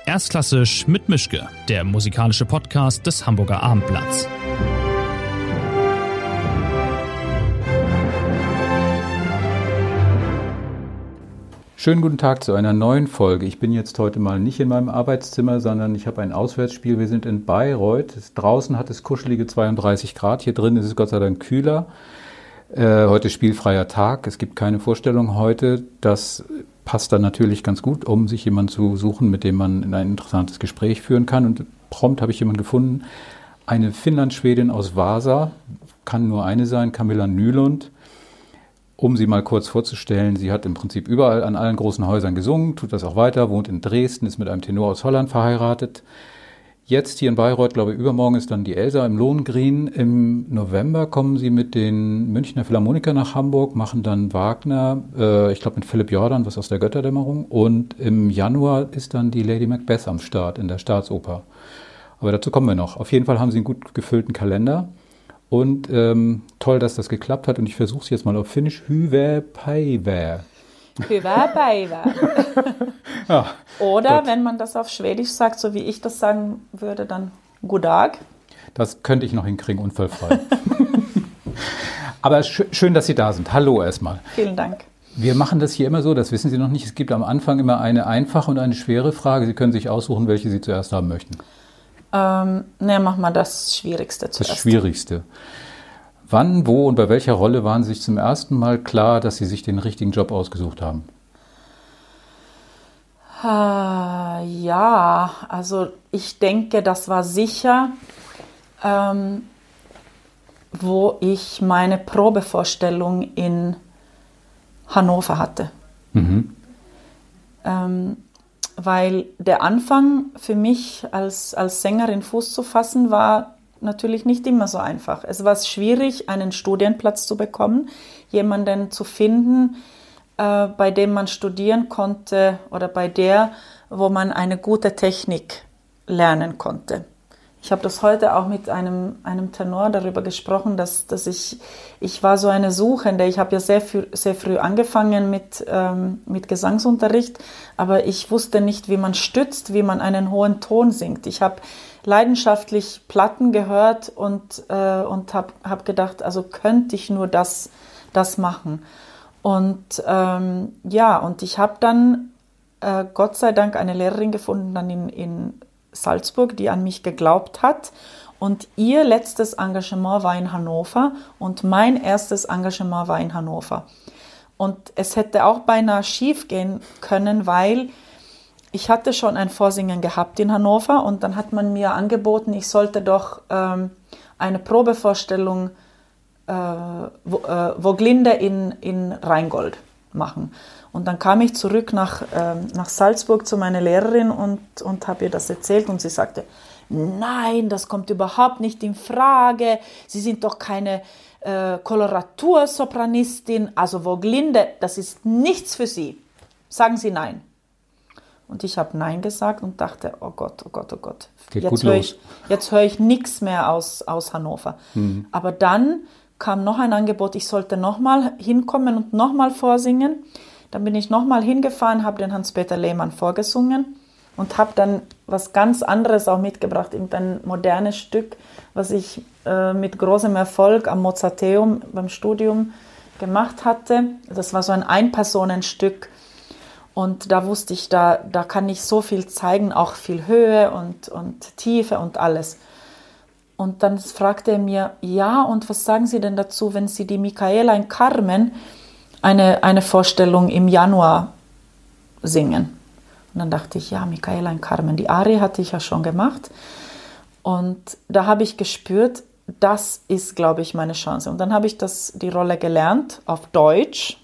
Erstklassisch mit Mischke, der musikalische Podcast des Hamburger Abendblatts. Schönen guten Tag zu einer neuen Folge. Ich bin jetzt heute mal nicht in meinem Arbeitszimmer, sondern ich habe ein Auswärtsspiel. Wir sind in Bayreuth. Draußen hat es kuschelige 32 Grad. Hier drin ist es Gott sei Dank kühler. Heute ist spielfreier Tag. Es gibt keine Vorstellung heute. Das passt dann natürlich ganz gut, um sich jemanden zu suchen, mit dem man ein interessantes Gespräch führen kann. Und prompt habe ich jemanden gefunden, eine Finnlandschwedin aus Vasa, kann nur eine sein, Camilla Nylund. Um sie mal kurz vorzustellen, sie hat im Prinzip überall an allen großen Häusern gesungen, tut das auch weiter, wohnt in Dresden, ist mit einem Tenor aus Holland verheiratet. Jetzt hier in Bayreuth, glaube ich, übermorgen ist dann die Elsa im Lohengrin. Im November kommen sie mit den Münchner Philharmonikern nach Hamburg, machen dann Wagner, ich glaube mit Philipp Jordan, was aus der Götterdämmerung. Und im Januar ist dann die Lady Macbeth am Start in der Staatsoper. Aber dazu kommen wir noch. Auf jeden Fall haben sie einen gut gefüllten Kalender. Und toll, dass das geklappt hat. Und ich versuche es jetzt mal auf Finnisch. Hyvä päivää. Hyvää päivää. Ja, Oder gut. wenn man das auf Schwedisch sagt, so wie ich das sagen würde, dann God dag. Das könnte ich noch hinkriegen, unfallfrei. Aber schön, dass Sie da sind. Hallo erstmal. Vielen Dank. Wir machen das hier immer so, das wissen Sie noch nicht. Es gibt am Anfang immer eine einfache und eine schwere Frage. Sie können sich aussuchen, welche Sie zuerst haben möchten. Mach mal das Schwierigste zuerst. Das Schwierigste. Wann, wo und bei welcher Rolle waren Sie sich zum ersten Mal klar, dass Sie sich den richtigen Job ausgesucht haben? Ja, also ich denke, das war sicher, wo ich meine Probevorstellung in Hannover hatte. Mhm. Weil der Anfang für mich als Sängerin Fuß zu fassen war natürlich nicht immer so einfach. Es war schwierig, einen Studienplatz zu bekommen, jemanden zu finden, bei dem man studieren konnte oder bei der, wo man eine gute Technik lernen konnte. Ich habe das heute auch mit einem Tenor darüber gesprochen, dass ich war so eine Suchende. Ich habe ja sehr früh angefangen mit Gesangsunterricht, aber ich wusste nicht, wie man stützt, wie man einen hohen Ton singt. Ich habe leidenschaftlich Platten gehört und habe gedacht, also könnte ich nur das machen. Und und ich habe dann Gott sei Dank eine Lehrerin gefunden dann in Salzburg, die an mich geglaubt hat. Und ihr letztes Engagement war in Hannover und mein erstes Engagement war in Hannover. Und es hätte auch beinahe schief gehen können, weil ich hatte schon ein Vorsingen gehabt in Hannover und dann hat man mir angeboten, ich sollte doch eine Probevorstellung Voglinde in Rheingold machen. Und dann kam ich zurück nach Salzburg zu meiner Lehrerin und habe ihr das erzählt und sie sagte, nein, das kommt überhaupt nicht in Frage, Sie sind doch keine Koloratursopranistin, also Voglinde, das ist nichts für Sie, sagen Sie nein. Und ich habe nein gesagt und dachte, oh Gott, oh Gott, oh Gott, jetzt höre ich nichts mehr aus Hannover. Mhm. Aber dann kam noch ein Angebot, ich sollte nochmal hinkommen und nochmal vorsingen. Dann bin ich nochmal hingefahren, habe den Hans-Peter Lehmann vorgesungen und habe dann was ganz anderes auch mitgebracht, irgendein modernes Stück, was ich mit großem Erfolg am Mozarteum beim Studium gemacht hatte. Das war so ein Ein-Personen-Stück und da wusste ich, da kann ich so viel zeigen, auch viel Höhe und Tiefe und alles. Und dann fragte er mir, ja, und was sagen Sie denn dazu, wenn Sie die Michaela in Carmen eine Vorstellung im Januar singen? Und dann dachte ich, ja, Michaela in Carmen, die Arie hatte ich ja schon gemacht. Und da habe ich gespürt, das ist, glaube ich, meine Chance. Und dann habe ich die Rolle gelernt auf Deutsch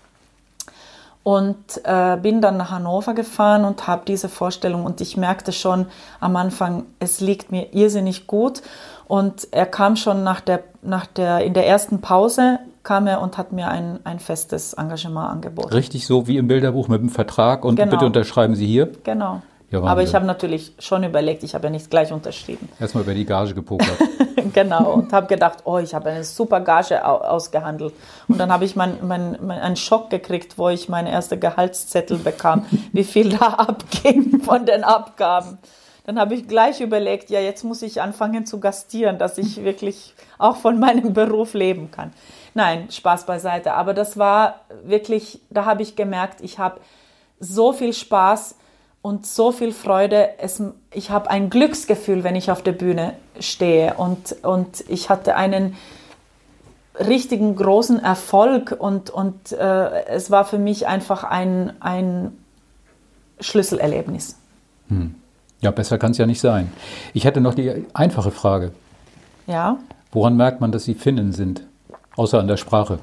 und bin dann nach Hannover gefahren und habe diese Vorstellung und ich merkte schon am Anfang, es liegt mir irrsinnig gut und er kam schon in der ersten Pause kam er und hat mir ein festes Engagement angeboten. Richtig so wie im Bilderbuch mit dem Vertrag und genau. Bitte unterschreiben Sie hier? Genau. Ja, aber ich habe natürlich schon überlegt, ich habe ja nicht gleich unterschrieben. Erstmal über die Gage gepokert. Genau, und habe gedacht, oh, ich habe eine super Gage ausgehandelt. Und dann habe ich einen Schock gekriegt, wo ich meine erste Gehaltszettel bekam, wie viel da abging von den Abgaben. Dann habe ich gleich überlegt, ja, jetzt muss ich anfangen zu gastieren, dass ich wirklich auch von meinem Beruf leben kann. Nein, Spaß beiseite. Aber das war wirklich, da habe ich gemerkt, ich habe so viel Spaß und so viel Freude. Ich habe ein Glücksgefühl, wenn ich auf der Bühne stehe. Und ich hatte einen richtigen großen Erfolg. Und es war für mich einfach ein Schlüsselerlebnis. Ja, besser kann es ja nicht sein. Ich hätte noch die einfache Frage. Ja? Woran merkt man, dass Sie Finnen sind? Außer an der Sprache.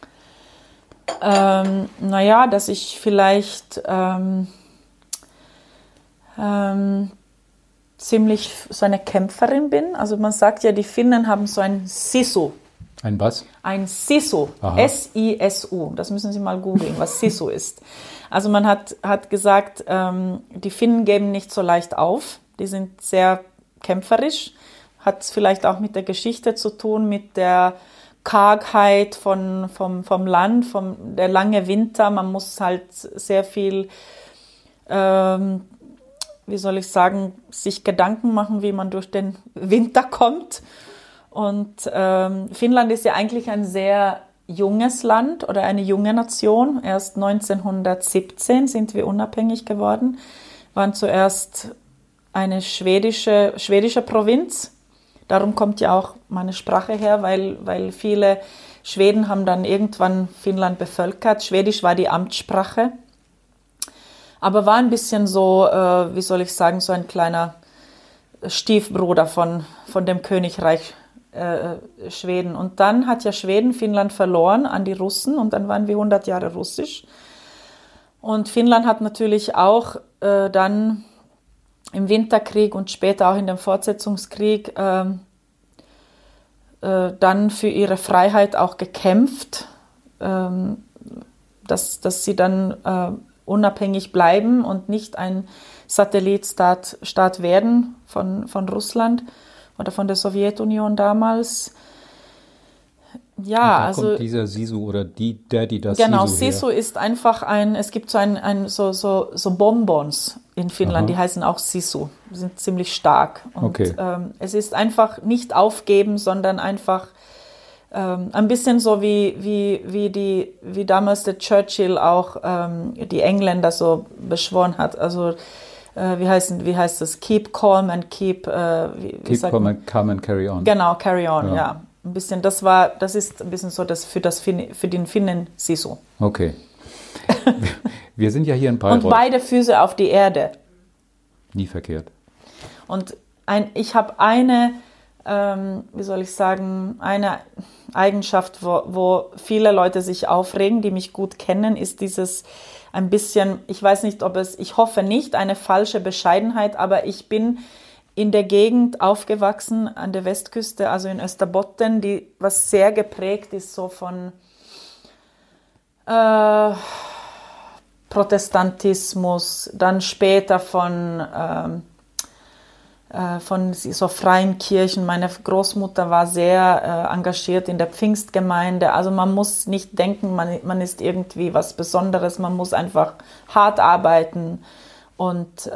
Naja, dass ich vielleicht ziemlich so eine Kämpferin bin. Also man sagt ja, die Finnen haben so ein Sisu. Ein was? Ein Sisu. Aha. S-I-S-U. Das müssen Sie mal googeln, was Sisu ist. Also man hat gesagt, die Finnen geben nicht so leicht auf. Die sind sehr kämpferisch. Hat vielleicht auch mit der Geschichte zu tun, mit der Kargheit vom Land, der lange Winter. Man muss halt sehr viel, wie soll ich sagen, sich Gedanken machen, wie man durch den Winter kommt. Und Finnland ist ja eigentlich ein sehr junges Land oder eine junge Nation. Erst 1917 sind wir unabhängig geworden. Waren zuerst eine schwedische Provinz. Darum kommt ja auch meine Sprache her, weil viele Schweden haben dann irgendwann Finnland bevölkert. Schwedisch war die Amtssprache. Aber war ein bisschen so, wie soll ich sagen, so ein kleiner Stiefbruder von dem Königreich Schweden. Und dann hat ja Schweden Finnland verloren an die Russen und dann waren wir 100 Jahre russisch. Und Finnland hat natürlich auch dann im Winterkrieg und später auch in dem Fortsetzungskrieg dann für ihre Freiheit auch gekämpft, dass sie dann unabhängig bleiben und nicht ein Satellitstaat werden von Russland oder von der Sowjetunion damals. Ja, also kommt dieser Sisu oder die das genau, Sisu her. Sisu ist einfach es gibt so Bonbons in Finnland, Aha. die heißen auch Sisu, die sind ziemlich stark. Und Okay. Es ist einfach nicht aufgeben, sondern einfach ein bisschen so wie damals der Churchill auch die Engländer so beschworen hat. Also wie heißt das? Keep calm and keep calm and carry on. Genau, carry on, ja. Ein bisschen, das ist ein bisschen so das für den Finnen Sisu. Okay. Wir sind ja hier in Bayreuth. Und beide Füße auf die Erde. Nie verkehrt. Und ich habe eine, wie soll ich sagen, eine Eigenschaft, wo viele Leute sich aufregen, die mich gut kennen, ist dieses ein bisschen, ich weiß nicht, ich hoffe nicht, eine falsche Bescheidenheit, aber ich bin in der Gegend aufgewachsen, an der Westküste, also in Österbotten, was sehr geprägt ist so von Protestantismus, dann später von so freien Kirchen. Meine Großmutter war sehr engagiert in der Pfingstgemeinde. Also man muss nicht denken, man ist irgendwie was Besonderes. Man muss einfach hart arbeiten und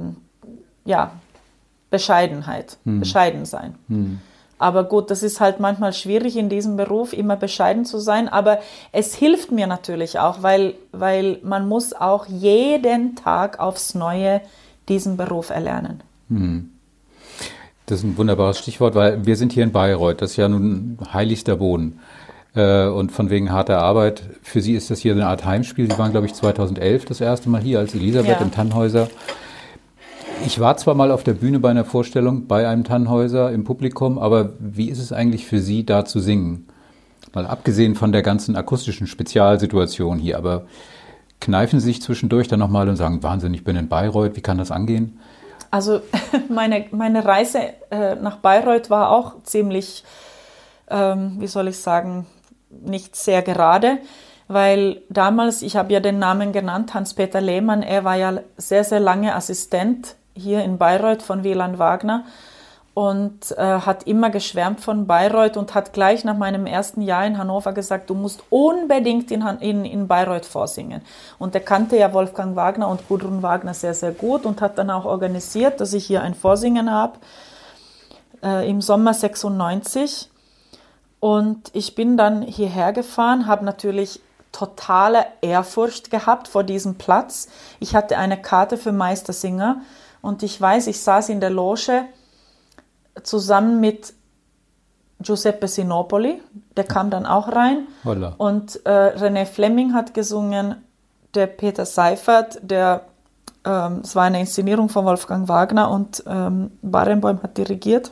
bescheiden sein. Aber gut, das ist halt manchmal schwierig in diesem Beruf, immer bescheiden zu sein. Aber es hilft mir natürlich auch, weil man muss auch jeden Tag aufs Neue diesen Beruf erlernen. Das ist ein wunderbares Stichwort, weil wir sind hier in Bayreuth. Das ist ja nun heiligster Boden. Und von wegen harter Arbeit. Für Sie ist das hier eine Art Heimspiel. Sie waren, glaube ich, 2011 das erste Mal hier als Elisabeth im Tannhäuser. Ich war zwar mal auf der Bühne bei einer Vorstellung, bei einem Tannhäuser im Publikum, aber wie ist es eigentlich für Sie, da zu singen? Mal abgesehen von der ganzen akustischen Spezialsituation hier, aber kneifen Sie sich zwischendurch dann nochmal und sagen, Wahnsinn, ich bin in Bayreuth, wie kann das angehen? Also meine Reise nach Bayreuth war auch ziemlich, wie soll ich sagen, nicht sehr gerade. weil damals, ich habe ja den Namen genannt, Hans-Peter Lehmann, er war ja sehr, sehr lange Assistent hier in Bayreuth von Wieland Wagner und hat immer geschwärmt von Bayreuth und hat gleich nach meinem ersten Jahr in Hannover gesagt, du musst unbedingt in Bayreuth vorsingen. Und er kannte ja Wolfgang Wagner und Gudrun Wagner sehr, sehr gut und hat dann auch organisiert, dass ich hier ein Vorsingen habe im Sommer 96. Und ich bin dann hierher gefahren, habe natürlich totale Ehrfurcht gehabt vor diesem Platz. Ich hatte eine Karte für Meistersinger und ich weiß, ich saß in der Loge zusammen mit Giuseppe Sinopoli, der kam dann auch rein. Holla. Und René Fleming hat gesungen, der Peter Seifert, es war eine Inszenierung von Wolfgang Wagner und Barenboim hat dirigiert.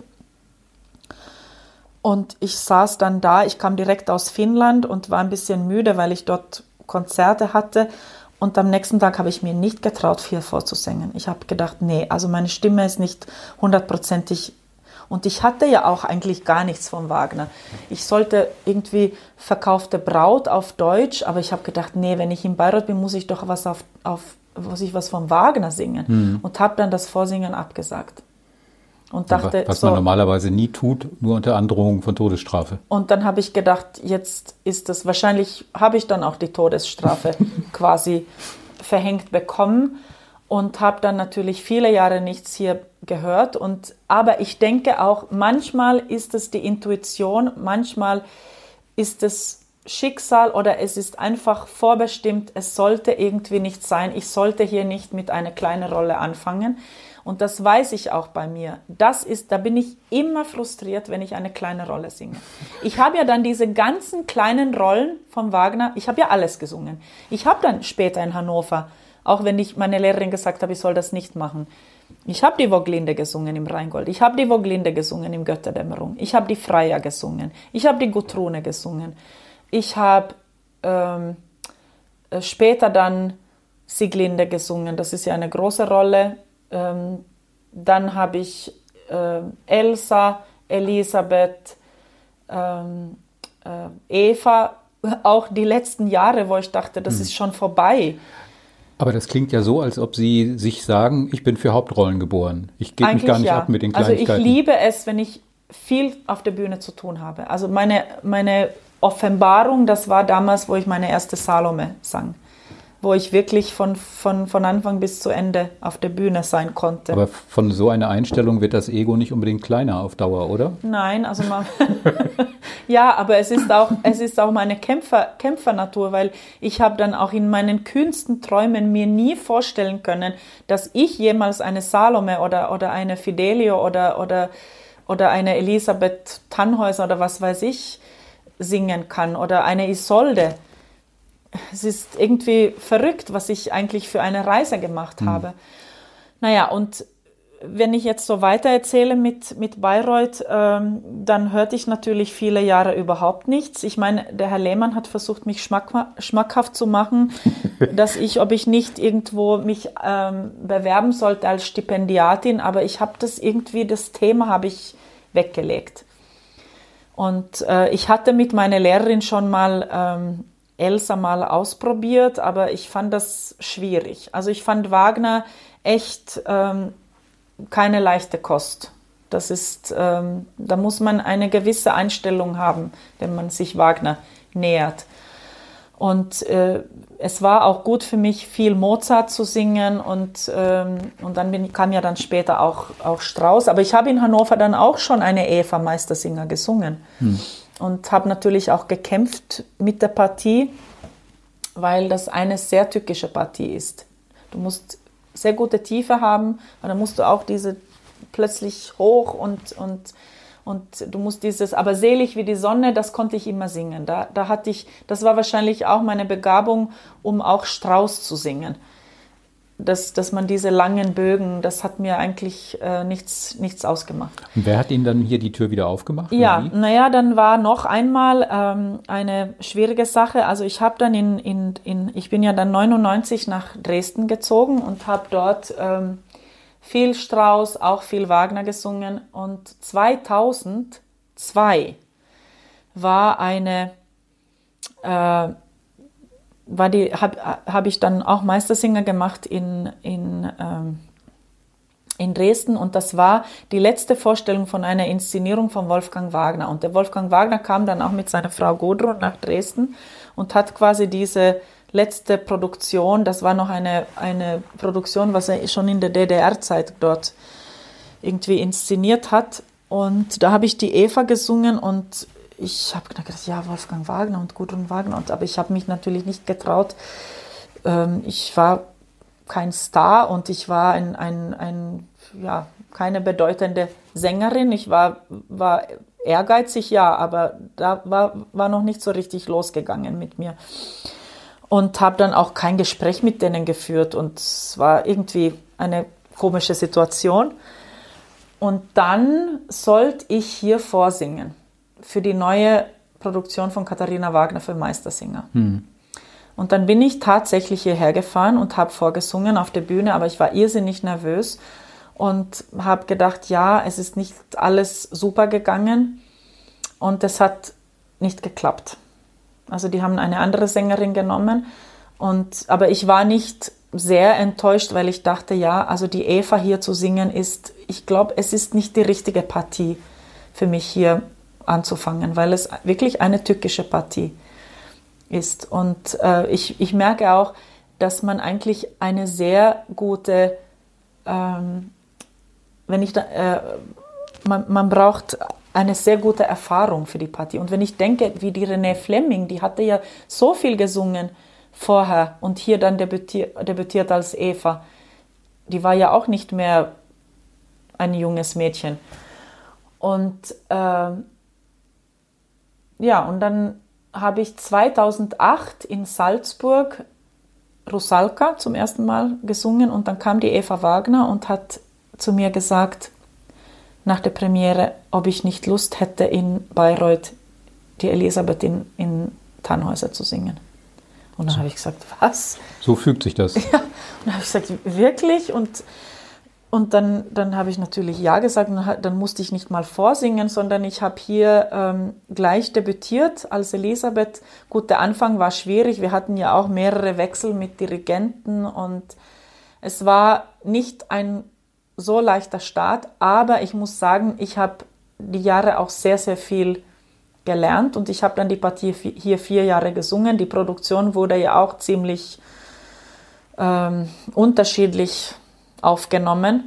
Und ich saß dann da, ich kam direkt aus Finnland und war ein bisschen müde, weil ich dort Konzerte hatte. Und am nächsten Tag habe ich mir nicht getraut, hier vorzusingen. Ich habe gedacht, nee, also meine Stimme ist nicht 100%. Und ich hatte ja auch eigentlich gar nichts von Wagner. Ich sollte irgendwie Verkaufte Braut auf Deutsch, aber ich habe gedacht, nee, wenn ich in Bayreuth bin, muss ich doch was von Wagner singen. Und habe dann das Vorsingen abgesagt. Und dachte, was man normalerweise nie tut, nur unter Androhung von Todesstrafe. Und dann habe ich gedacht, jetzt ist das, wahrscheinlich habe ich dann auch die Todesstrafe quasi verhängt bekommen und habe dann natürlich viele Jahre nichts hier gehört. Aber ich denke auch, manchmal ist es die Intuition, manchmal ist es Schicksal oder es ist einfach vorbestimmt, es sollte irgendwie nicht sein, ich sollte hier nicht mit einer kleinen Rolle anfangen. Und das weiß ich auch bei mir. Da bin ich immer frustriert, wenn ich eine kleine Rolle singe. Ich habe ja dann diese ganzen kleinen Rollen von Wagner, ich habe ja alles gesungen. Ich habe dann später in Hannover, auch wenn ich meine Lehrerin gesagt habe, ich soll das nicht machen, ich habe die Voglinde gesungen im Rheingold, ich habe die Voglinde gesungen im Götterdämmerung, ich habe die Freya gesungen, ich habe die Gudrune gesungen, ich habe später dann Sieglinde gesungen, das ist ja eine große Rolle. Dann habe ich Elsa, Elisabeth, Eva, auch die letzten Jahre, wo ich dachte, das ist schon vorbei. Aber das klingt ja so, als ob Sie sich sagen, ich bin für Hauptrollen geboren. Ich gebe mich gar nicht ab mit den Kleinigkeiten. Also ich liebe es, wenn ich viel auf der Bühne zu tun habe. Also meine Offenbarung, das war damals, wo ich meine erste Salome sang. Wo ich wirklich von Anfang bis zu Ende auf der Bühne sein konnte. Aber von so einer Einstellung wird das Ego nicht unbedingt kleiner auf Dauer, oder? Nein, also ja, aber es ist auch meine Kämpfernatur, weil ich habe dann auch in meinen kühnsten Träumen mir nie vorstellen können, dass ich jemals eine Salome oder eine Fidelio oder eine Elisabeth Tannhäuser oder was weiß ich singen kann oder eine Isolde. Es ist irgendwie verrückt, was ich eigentlich für eine Reise gemacht habe. Naja, und wenn ich jetzt so weitererzähle mit Bayreuth, dann hörte ich natürlich viele Jahre überhaupt nichts. Ich meine, der Herr Lehmann hat versucht, mich schmackhaft zu machen, ob ich nicht irgendwo mich bewerben sollte als Stipendiatin, aber ich habe das Thema habe ich weggelegt. Und ich hatte mit meiner Lehrerin schon mal Elsa mal ausprobiert, aber ich fand das schwierig. Also ich fand Wagner echt keine leichte Kost. Das ist, da muss man eine gewisse Einstellung haben, wenn man sich Wagner nähert. Und es war auch gut für mich, viel Mozart zu singen und dann kam ja dann später auch Strauss. Aber ich habe in Hannover dann auch schon eine Eva Meistersinger gesungen. Und habe natürlich auch gekämpft mit der Partie, weil das eine sehr tückische Partie ist. Du musst sehr gute Tiefe haben, und dann musst du auch diese plötzlich hoch und du musst dieses, aber selig wie die Sonne, das konnte ich immer singen. Das war wahrscheinlich auch meine Begabung, um auch Strauss zu singen. Dass man diese langen Bögen, das hat mir eigentlich nichts ausgemacht. Und wer hat Ihnen dann hier die Tür wieder aufgemacht? Ja, naja, dann war noch einmal eine schwierige Sache. Also ich habe dann ich bin ja dann 99 nach Dresden gezogen und habe dort viel Strauss, auch viel Wagner gesungen. Und 2002 war eine hab ich dann auch Meistersinger gemacht in Dresden, und das war die letzte Vorstellung von einer Inszenierung von Wolfgang Wagner. Und der Wolfgang Wagner kam dann auch mit seiner Frau Gudrun nach Dresden und hat quasi diese letzte Produktion, das war noch eine Produktion, was er schon in der DDR-Zeit dort irgendwie inszeniert hat. Und da habe ich die Eva gesungen und ich habe gedacht, ja, Wolfgang Wagner und Gudrun Wagner, aber ich habe mich natürlich nicht getraut. Ich war kein Star und ich war keine bedeutende Sängerin. Ich war ehrgeizig, ja, aber da war noch nicht so richtig losgegangen mit mir. Und habe dann auch kein Gespräch mit denen geführt und es war irgendwie eine komische Situation. Und dann sollte ich hier vorsingen für die neue Produktion von Katharina Wagner für Meistersinger. Und dann bin ich tatsächlich hierher gefahren und habe vorgesungen auf der Bühne, aber ich war irrsinnig nervös und habe gedacht, ja, es ist nicht alles super gegangen und es hat nicht geklappt. Also die haben eine andere Sängerin genommen, aber ich war nicht sehr enttäuscht, weil ich dachte, ja, also die Eva hier zu singen ich glaube, es ist nicht die richtige Partie für mich hier anzufangen, weil es wirklich eine tückische Partie ist. Und ich merke auch, dass man eigentlich eine sehr gute, man braucht eine sehr gute Erfahrung für die Partie. Und wenn ich denke, wie die Renée Fleming, die hatte ja so viel gesungen vorher und hier dann debütiert als Eva, die war ja auch nicht mehr ein junges Mädchen. Und und dann habe ich 2008 in Salzburg Rusalka zum ersten Mal gesungen und dann kam die Eva Wagner und hat zu mir gesagt, nach der Premiere, ob ich nicht Lust hätte, in Bayreuth die Elisabeth in Tannhäuser zu singen. Und dann habe ich gesagt, was? So fügt sich das. Ja, und dann habe ich gesagt, wirklich? Und dann habe ich natürlich ja gesagt, und dann musste ich nicht mal vorsingen, sondern ich habe hier gleich debütiert als Elisabeth. Gut, der Anfang war schwierig, wir hatten ja auch mehrere Wechsel mit Dirigenten und es war nicht ein so leichter Start, aber ich muss sagen, ich habe die Jahre auch sehr, sehr viel gelernt und ich habe dann die Partie hier 4 Jahre gesungen. Die Produktion wurde ja auch ziemlich unterschiedlich aufgenommen.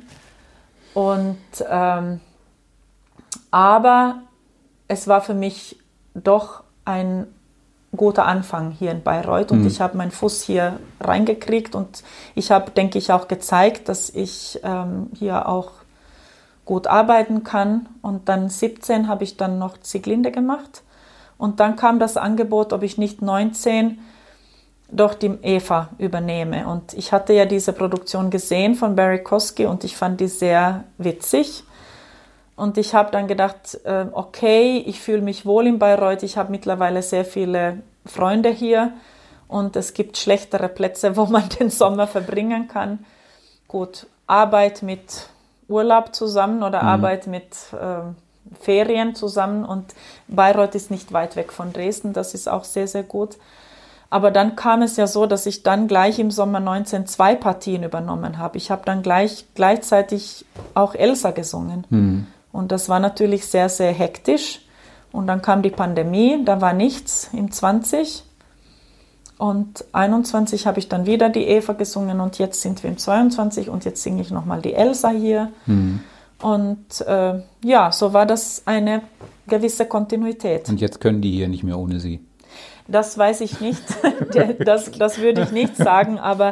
Aber es war für mich doch ein guter Anfang hier in Bayreuth und ich habe meinen Fuß hier reingekriegt und ich habe, denke ich, auch gezeigt, dass ich hier auch gut arbeiten kann. Und dann 17 habe ich dann noch Sieglinde gemacht und dann kam das Angebot, ob ich nicht 19 doch die Eva übernehme. Und ich hatte ja diese Produktion gesehen von Barry Kosky und ich fand die sehr witzig. Und ich habe dann gedacht, okay, ich fühle mich wohl in Bayreuth, ich habe mittlerweile sehr viele Freunde hier und es gibt schlechtere Plätze, wo man den Sommer verbringen kann. Gut, Arbeit mit Urlaub zusammen oder Arbeit mit Ferien zusammen und Bayreuth ist nicht weit weg von Dresden, das ist auch sehr, sehr gut. Aber dann kam es ja so, dass ich dann gleich im Sommer 19 2 Partien übernommen habe. Ich habe dann gleichzeitig auch Elsa gesungen. Und das war natürlich sehr, sehr hektisch. Und dann kam die Pandemie, da war nichts im 20. Und 21 habe ich dann wieder die Eva gesungen und jetzt sind wir im 22 und jetzt singe ich nochmal die Elsa hier. Und so war das eine gewisse Kontinuität. Und jetzt können die hier nicht mehr ohne Sie. Das weiß ich nicht, das würde ich nicht sagen, aber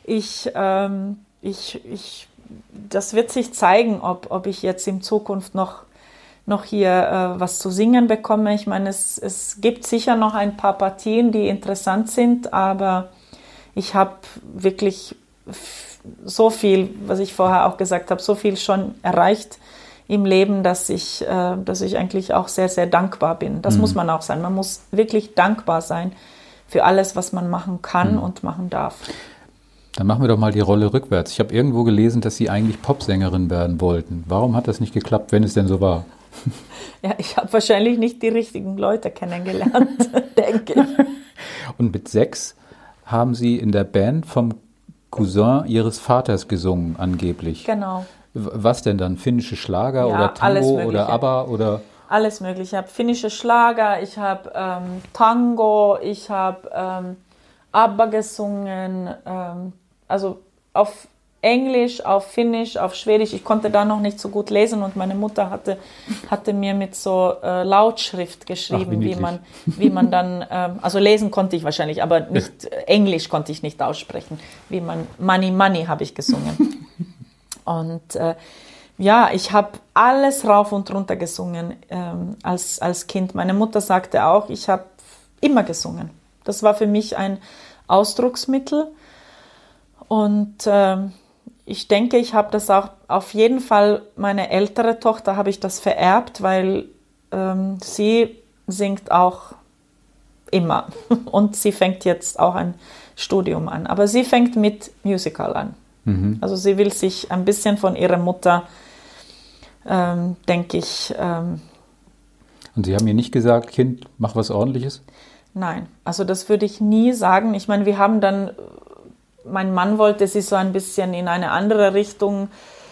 das wird sich zeigen, ob ich jetzt in Zukunft noch hier was zu singen bekomme. Ich meine, es gibt sicher noch ein paar Partien, die interessant sind, aber ich habe wirklich so viel, was ich vorher auch gesagt habe, so viel schon erreicht im Leben, dass ich eigentlich auch sehr, sehr dankbar bin. Das muss man auch sein. Man muss wirklich dankbar sein für alles, was man machen kann und machen darf. Dann machen wir doch mal die Rolle rückwärts. Ich habe irgendwo gelesen, dass Sie eigentlich Popsängerin werden wollten. Warum hat das nicht geklappt, wenn es denn so war? Ja, ich habe wahrscheinlich nicht die richtigen Leute kennengelernt, denke ich. Und mit 6 haben Sie in der Band vom Cousin Ihres Vaters gesungen, angeblich. Genau. Was denn dann? Finnische Schlager Ja, oder Tango oder ABBA oder? Alles Mögliche. Ich habe finnische Schlager, ich habe Tango, ich habe ABBA gesungen, also auf Englisch, auf Finnisch, auf Schwedisch. Ich konnte da noch nicht so gut lesen und meine Mutter hatte mir mit so Lautschrift geschrieben, wie man dann, also lesen konnte ich wahrscheinlich, aber nicht Englisch konnte ich nicht aussprechen. Wie man Money Money habe ich gesungen. Und ja, ich habe alles rauf und runter gesungen als Kind. Meine Mutter sagte auch, ich habe immer gesungen. Das war für mich ein Ausdrucksmittel. Und ich denke, ich habe das auch auf jeden Fall, meine ältere Tochter habe ich das vererbt, weil sie singt auch immer. Und sie fängt jetzt auch ein Studium an. Aber sie fängt mit Musical an. Mhm. Also sie will sich ein bisschen von ihrer Mutter, denke ich. Und Sie haben ihr nicht gesagt, Kind, mach was Ordentliches? Nein, also das würde ich nie sagen. Ich meine, wir haben dann, mein Mann wollte sie so ein bisschen in eine andere Richtung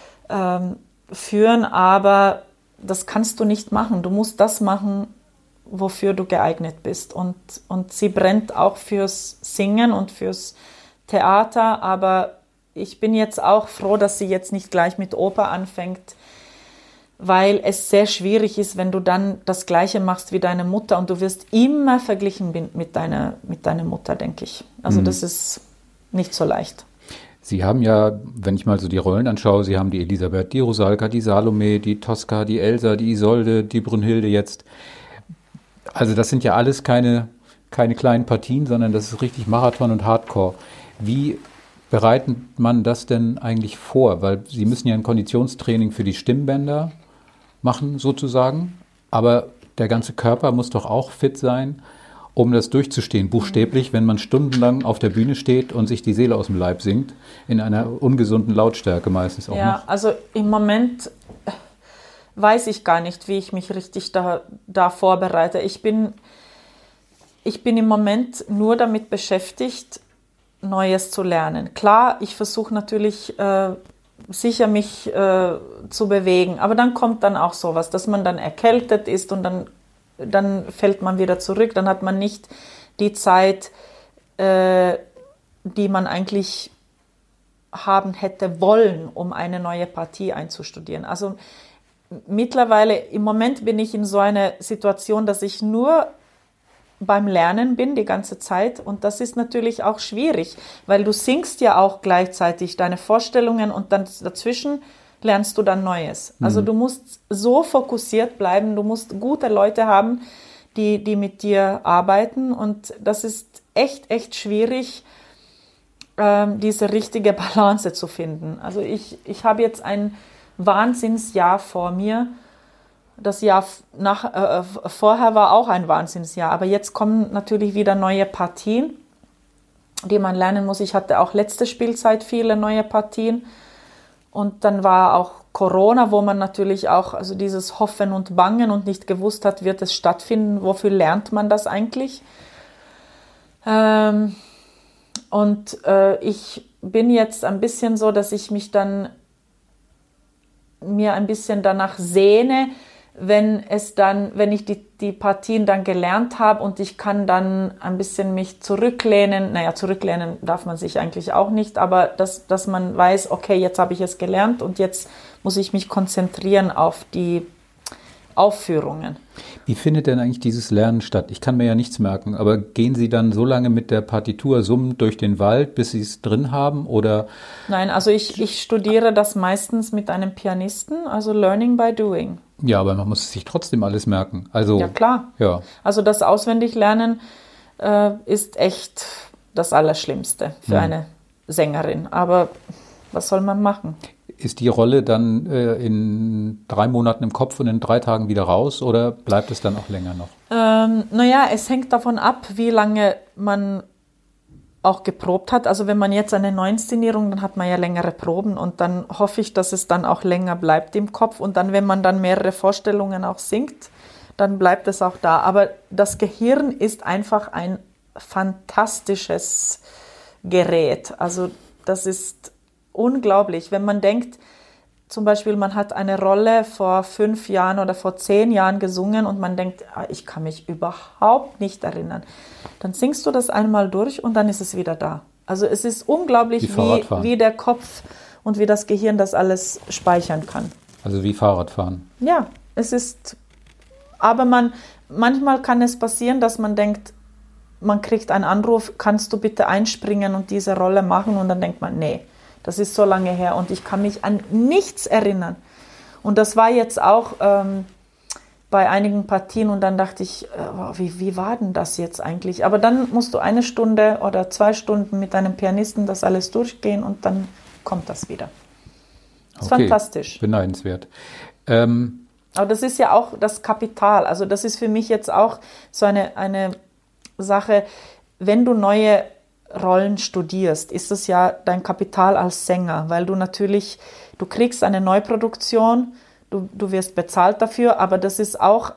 führen, aber das kannst du nicht machen. Du musst das machen, wofür du geeignet bist. Und sie brennt auch fürs Singen und fürs Theater, aber ich bin jetzt auch froh, dass sie jetzt nicht gleich mit Oper anfängt, weil es sehr schwierig ist, wenn du dann das Gleiche machst wie deine Mutter und du wirst immer verglichen mit deiner Mutter, denke ich. Also das ist nicht so leicht. Sie haben ja, wenn ich mal so die Rollen anschaue, Sie haben die Elisabeth, die Rosalka, die Salome, die Tosca, die Elsa, die Isolde, die Brünnhilde jetzt. Also das sind ja alles keine kleinen Partien, sondern das ist richtig Marathon und Hardcore. Wie bereitet man das denn eigentlich vor? Weil Sie müssen ja ein Konditionstraining für die Stimmbänder machen sozusagen, aber der ganze Körper muss doch auch fit sein, um das durchzustehen, buchstäblich, wenn man stundenlang auf der Bühne steht und sich die Seele aus dem Leib singt, in einer ungesunden Lautstärke meistens auch noch. Ja, also im Moment weiß ich gar nicht, wie ich mich richtig da vorbereite. Ich bin im Moment nur damit beschäftigt, Neues zu lernen. Klar, ich versuche natürlich sicher mich zu bewegen, aber dann kommt dann auch sowas, dass man dann erkältet ist und dann fällt man wieder zurück, dann hat man nicht die Zeit, die man eigentlich haben hätte wollen, um eine neue Partie einzustudieren. Also mittlerweile, im Moment bin ich in so einer Situation, dass ich nur beim Lernen bin die ganze Zeit und das ist natürlich auch schwierig, weil du singst ja auch gleichzeitig deine Vorstellungen und dann dazwischen lernst du dann Neues. Also du musst so fokussiert bleiben, du musst gute Leute haben, die mit dir arbeiten und das ist echt schwierig, diese richtige Balance zu finden. Also ich habe jetzt ein Wahnsinnsjahr vor mir. Das Jahr vorher war auch ein Wahnsinnsjahr, aber jetzt kommen natürlich wieder neue Partien, die man lernen muss. Ich hatte auch letzte Spielzeit viele neue Partien und dann war auch Corona, wo man natürlich auch also dieses Hoffen und Bangen und nicht gewusst hat, wird es stattfinden, wofür lernt man das eigentlich? Ich bin jetzt ein bisschen so, dass ich mich dann mir ein bisschen danach sehne, wenn ich die Partien dann gelernt habe und ich kann dann ein bisschen mich zurücklehnen. Naja, zurücklehnen darf man sich eigentlich auch nicht, aber dass man weiß, okay, jetzt habe ich es gelernt und jetzt muss ich mich konzentrieren auf die Aufführungen. Wie findet denn eigentlich dieses Lernen statt? Ich kann mir ja nichts merken, aber gehen Sie dann so lange mit der Partitur summend durch den Wald, bis Sie es drin haben, oder? Nein, also ich studiere das meistens mit einem Pianisten, also Learning by Doing. Ja, aber man muss sich trotzdem alles merken. Also, ja, klar. Ja. Also das Auswendiglernen ist echt das Allerschlimmste für eine Sängerin. Aber was soll man machen? Ist die Rolle dann in 3 Monaten im Kopf und in 3 Tagen wieder raus oder bleibt es dann auch länger noch? Naja, es hängt davon ab, wie lange man auch geprobt hat. Also wenn man jetzt eine Neuinszenierung, dann hat man ja längere Proben und dann hoffe ich, dass es dann auch länger bleibt im Kopf und dann, wenn man dann mehrere Vorstellungen auch singt, dann bleibt es auch da. Aber das Gehirn ist einfach ein fantastisches gerät. Also das ist unglaublich, wenn man denkt, zum Beispiel, man hat eine Rolle vor 5 Jahren oder vor 10 Jahren gesungen und man denkt, ich kann mich überhaupt nicht erinnern. Dann singst du das einmal durch und dann ist es wieder da. Also es ist unglaublich, wie der Kopf und wie das Gehirn das alles speichern kann. Also wie Fahrradfahren. Ja, es ist, aber manchmal kann es passieren, dass man denkt, man kriegt einen Anruf, kannst du bitte einspringen und diese Rolle machen? Und dann denkt man, nee, das ist so lange her und ich kann mich an nichts erinnern. Und das war jetzt auch bei einigen Partien und dann dachte ich, wie war denn das jetzt eigentlich? Aber dann musst du 1 Stunde oder 2 Stunden mit einem Pianisten das alles durchgehen und dann kommt das wieder. Das ist fantastisch. Beneidenswert. Aber das ist ja auch das Kapital. Also das ist für mich jetzt auch so eine Sache, wenn du neue Rollen studierst, ist es ja dein Kapital als Sänger, weil du kriegst eine Neuproduktion, du wirst bezahlt dafür, aber das ist auch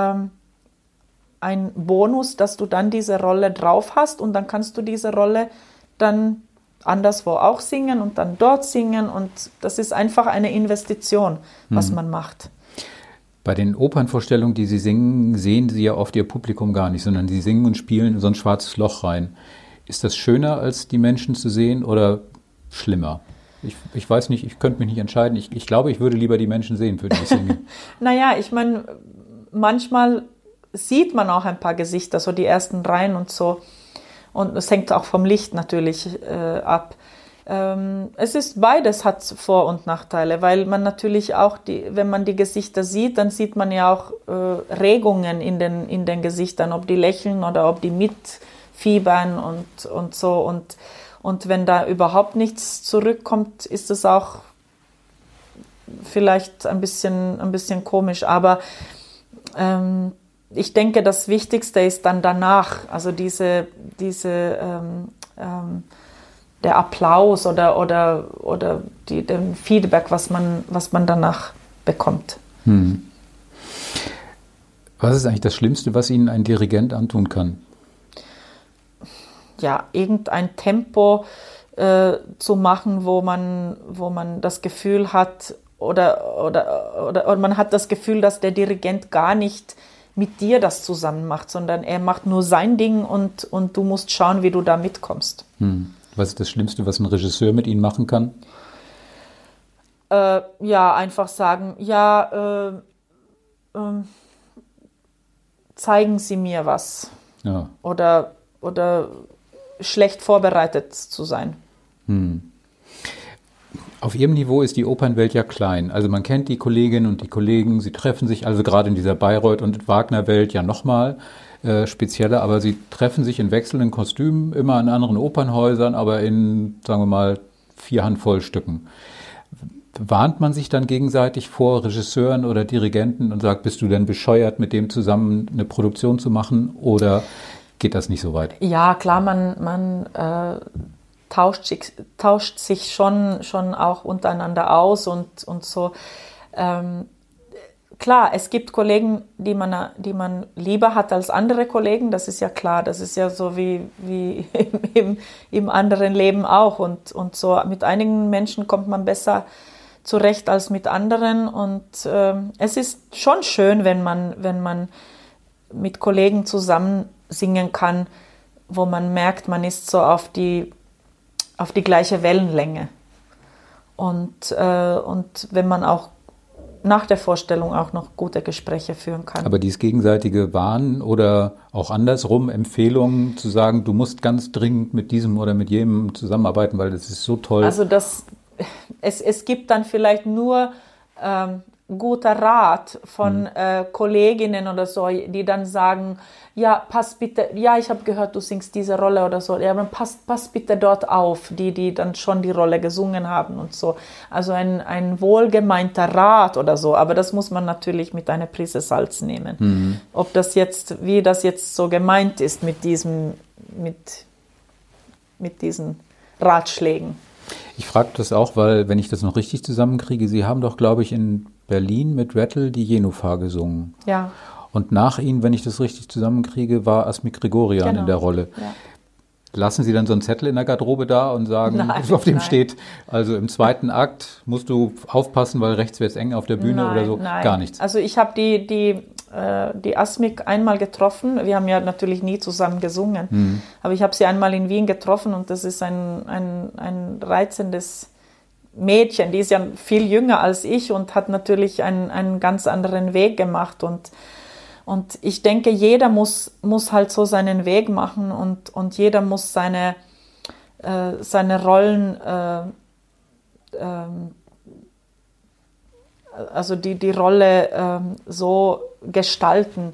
ein Bonus, dass du dann diese Rolle drauf hast und dann kannst du diese Rolle dann anderswo auch singen und dann dort singen und das ist einfach eine Investition, was man macht. Bei den Opernvorstellungen, die Sie singen, sehen Sie ja oft Ihr Publikum gar nicht, sondern Sie singen und spielen in so ein schwarzes Loch rein. Ist das schöner, als die Menschen zu sehen oder schlimmer? Ich weiß nicht, ich könnte mich nicht entscheiden. Ich glaube, ich würde lieber die Menschen sehen, für die ich singe. Naja, ich meine, manchmal sieht man auch ein paar Gesichter, so die ersten Reihen und so. Und es hängt auch vom Licht natürlich ab. Es ist beides hat Vor- und Nachteile, weil man natürlich auch, wenn man die Gesichter sieht, dann sieht man ja auch Regungen in den Gesichtern, ob die lächeln oder ob die mitfiebern und so. Und wenn da überhaupt nichts zurückkommt, ist es auch vielleicht ein bisschen komisch. Aber ich denke, das Wichtigste ist dann danach, also der Applaus oder den Feedback, was man danach bekommt. Was ist eigentlich das Schlimmste, was Ihnen ein Dirigent antun kann? Ja, irgendein Tempo zu machen, wo man das Gefühl hat oder man hat das Gefühl, dass der Dirigent gar nicht mit dir das zusammen macht, sondern er macht nur sein Ding und du musst schauen, wie du da mitkommst. Was ist das Schlimmste, was ein Regisseur mit Ihnen machen kann? Ja, einfach sagen, zeigen Sie mir was. Ja. Oder schlecht vorbereitet zu sein. Auf Ihrem Niveau ist die Opernwelt ja klein. Also man kennt die Kolleginnen und die Kollegen, sie treffen sich, also gerade in dieser Bayreuth- und Wagner-Welt ja nochmal spezieller, aber sie treffen sich in wechselnden Kostümen, immer in anderen Opernhäusern, aber in, sagen wir mal, 4 Handvoll Stücken. Warnt man sich dann gegenseitig vor Regisseuren oder Dirigenten und sagt, bist du denn bescheuert, mit dem zusammen eine Produktion zu machen, oder geht das nicht so weit? Ja, klar, man tauscht sich schon auch untereinander aus und so. Klar, es gibt Kollegen, die man lieber hat als andere Kollegen, das ist ja klar, das ist ja so wie im anderen Leben auch und so. Mit einigen Menschen kommt man besser zurecht als mit anderen und es ist schon schön, wenn man mit Kollegen zusammen singen kann, wo man merkt, man ist so auf die gleiche Wellenlänge und wenn man auch nach der Vorstellung auch noch gute Gespräche führen kann. Aber dieses gegenseitige Warnen oder auch andersrum Empfehlungen zu sagen, du musst ganz dringend mit diesem oder mit jenem zusammenarbeiten, weil das ist so toll. Also es gibt dann vielleicht nur guter Rat von Kolleginnen oder so, die dann sagen, ja, pass bitte, ja, ich habe gehört, du singst diese Rolle oder so, ja, dann pass bitte dort auf, die dann schon die Rolle gesungen haben und so. Also ein wohlgemeinter Rat oder so, aber das muss man natürlich mit einer Prise Salz nehmen. Ob das jetzt, wie das jetzt so gemeint ist mit diesen Ratschlägen. Ich frage das auch, weil, wenn ich das noch richtig zusammenkriege, Sie haben doch, glaube ich, in Berlin mit Rattle die Jenufar gesungen. Ja. Und nach Ihnen, wenn ich das richtig zusammenkriege, war Asmik Grigorian in der Rolle. Ja. Lassen Sie dann so einen Zettel in der Garderobe da und sagen, auf dem steht, also im zweiten Akt musst du aufpassen, weil rechts wird es eng auf der Bühne oder so? Nein. Gar nichts. Also ich habe die Asmik einmal getroffen. Wir haben ja natürlich nie zusammen gesungen, aber ich habe sie einmal in Wien getroffen und das ist ein reizendes Mädchen. Die ist ja viel jünger als ich und hat natürlich einen ganz anderen Weg gemacht und ich denke, jeder muss halt so seinen Weg machen und jeder muss seine Rollen, also die Rolle so gestalten.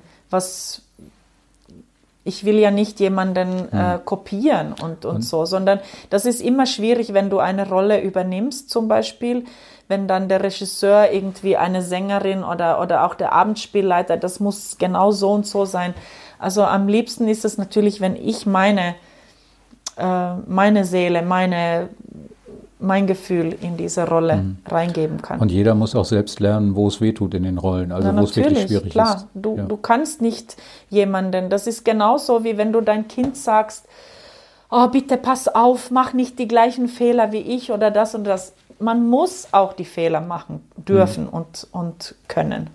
Ich will ja nicht jemanden kopieren und so, sondern das ist immer schwierig, wenn du eine Rolle übernimmst, zum Beispiel, wenn dann der Regisseur irgendwie eine Sängerin oder auch der Abendspielleiter, das muss genau so und so sein. Also am liebsten ist es natürlich, wenn ich meine Seele, mein Gefühl in diese Rolle reingeben kann. Und jeder muss auch selbst lernen, wo es wehtut in den Rollen, also wo es wirklich schwierig klar. ist. Du kannst nicht jemanden, das ist genauso wie wenn du dein Kind sagst, oh bitte pass auf, mach nicht die gleichen Fehler wie ich oder das und das. Man muss auch die Fehler machen dürfen und können.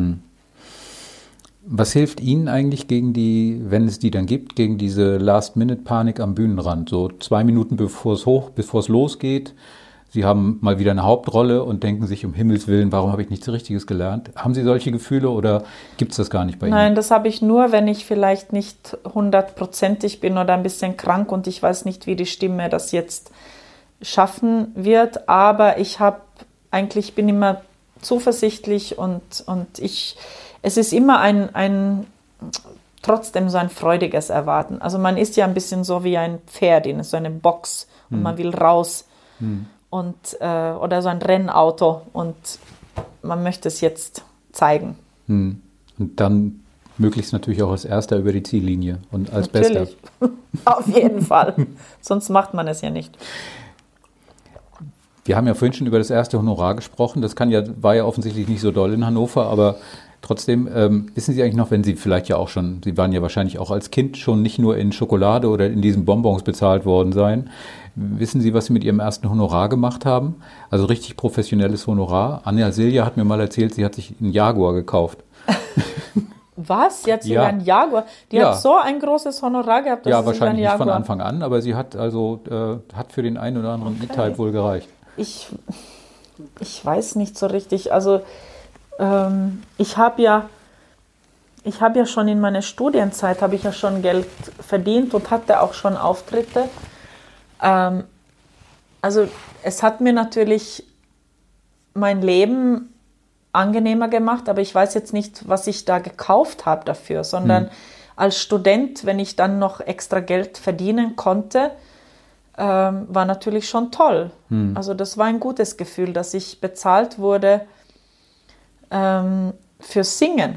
Was hilft Ihnen eigentlich gegen wenn es die dann gibt, gegen diese Last-Minute-Panik am Bühnenrand? So 2 Minuten bevor es losgeht, Sie haben mal wieder eine Hauptrolle und denken sich, um Himmels Willen, warum habe ich nichts Richtiges gelernt? Haben Sie solche Gefühle oder gibt es das gar nicht bei Ihnen? Nein, das habe ich nur, wenn ich vielleicht nicht 100%ig bin oder ein bisschen krank und ich weiß nicht, wie die Stimme das jetzt schaffen wird. Aber ich bin immer zuversichtlich und es ist immer trotzdem so ein freudiges Erwarten. Also man ist ja ein bisschen so wie ein Pferd in so eine Box und man will raus oder so ein Rennauto und man möchte es jetzt zeigen. Und dann möglichst natürlich auch als Erster über die Ziellinie und als natürlich. Bester. Auf jeden Fall. Sonst macht man es ja nicht. Wir haben ja vorhin schon über das erste Honorar gesprochen. Das war ja offensichtlich nicht so doll in Hannover, aber trotzdem, wissen Sie eigentlich noch, wenn Sie vielleicht ja auch schon, Sie waren ja wahrscheinlich auch als Kind schon nicht nur in Schokolade oder in diesen Bonbons bezahlt worden sein. Wissen Sie, was Sie mit Ihrem ersten Honorar gemacht haben? Also richtig professionelles Honorar. Anja Silja hat mir mal erzählt, sie hat sich einen Jaguar gekauft. Was? Sie hat sich einen Jaguar? Die hat so ein großes Honorar gehabt, dass ja, sie wahrscheinlich sich einen Jaguar... nicht von Anfang an, aber sie hat hat für den einen oder anderen Mitteil wohl gereicht. Ich weiß nicht so richtig. Also ich habe ja schon in meiner Studienzeit schon Geld verdient und hatte auch schon Auftritte. Also es hat mir natürlich mein Leben angenehmer gemacht, aber ich weiß jetzt nicht, was ich da gekauft habe dafür, sondern als Student, wenn ich dann noch extra Geld verdienen konnte, war natürlich schon toll. Also das war ein gutes Gefühl, dass ich bezahlt wurde für Singen.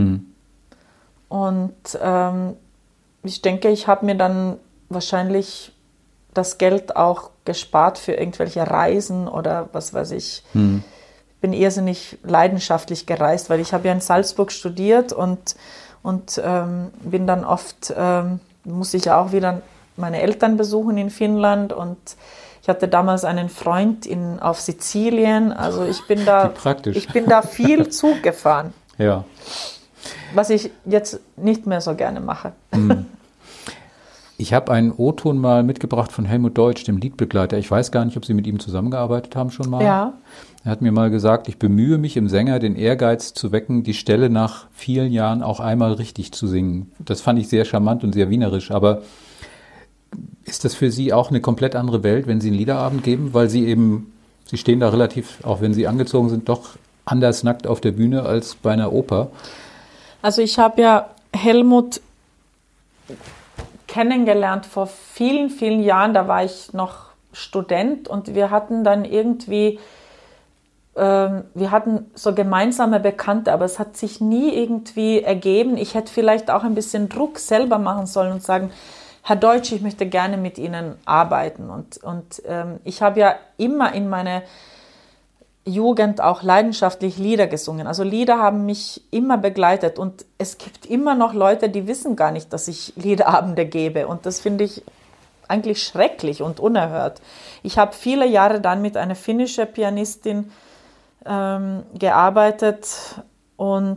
Und ich denke, ich habe mir dann wahrscheinlich das Geld auch gespart für irgendwelche Reisen oder was weiß ich. Ich bin irrsinnig leidenschaftlich gereist, weil ich habe ja in Salzburg studiert und bin dann oft, muss ich ja auch wieder meine Eltern besuchen in Finnland und ich hatte damals einen Freund auf Sizilien, also ich bin da viel Zug gefahren. Ja. Was ich jetzt nicht mehr so gerne mache. Ich habe einen O-Ton mal mitgebracht von Helmut Deutsch, dem Liedbegleiter. Ich weiß gar nicht, ob Sie mit ihm zusammengearbeitet haben schon mal. Ja. Er hat mir mal gesagt, ich bemühe mich im Sänger, den Ehrgeiz zu wecken, die Stelle nach vielen Jahren auch einmal richtig zu singen. Das fand ich sehr charmant und sehr wienerisch, aber ist das für Sie auch eine komplett andere Welt, wenn Sie einen Liederabend geben? Weil Sie stehen da relativ, auch wenn Sie angezogen sind, doch anders nackt auf der Bühne als bei einer Oper. Also ich habe ja Helmut kennengelernt vor vielen, vielen Jahren. Da war ich noch Student und wir hatten dann irgendwie, wir hatten so gemeinsame Bekannte, aber es hat sich nie irgendwie ergeben. Ich hätte vielleicht auch ein bisschen Druck selber machen sollen und sagen, Herr Deutsch, ich möchte gerne mit Ihnen arbeiten. Und ich habe ja immer in meiner Jugend auch leidenschaftlich Lieder gesungen. Also Lieder haben mich immer begleitet und es gibt immer noch Leute, die wissen gar nicht, dass ich Liederabende gebe und das finde ich eigentlich schrecklich und unerhört. Ich habe viele Jahre dann mit einer finnischen Pianistin gearbeitet und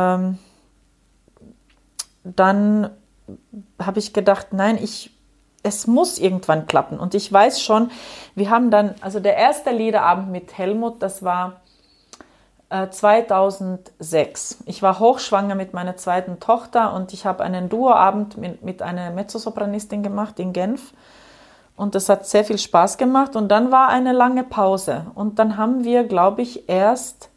dann habe ich gedacht, nein, es muss irgendwann klappen. Und ich weiß schon, wir haben dann, also der erste Liederabend mit Helmut, das war 2006. Ich war hochschwanger mit meiner zweiten Tochter und ich habe einen Duoabend mit einer Mezzosopranistin gemacht in Genf. Und das hat sehr viel Spaß gemacht. Und dann war eine lange Pause. Und dann haben wir, glaube ich, erst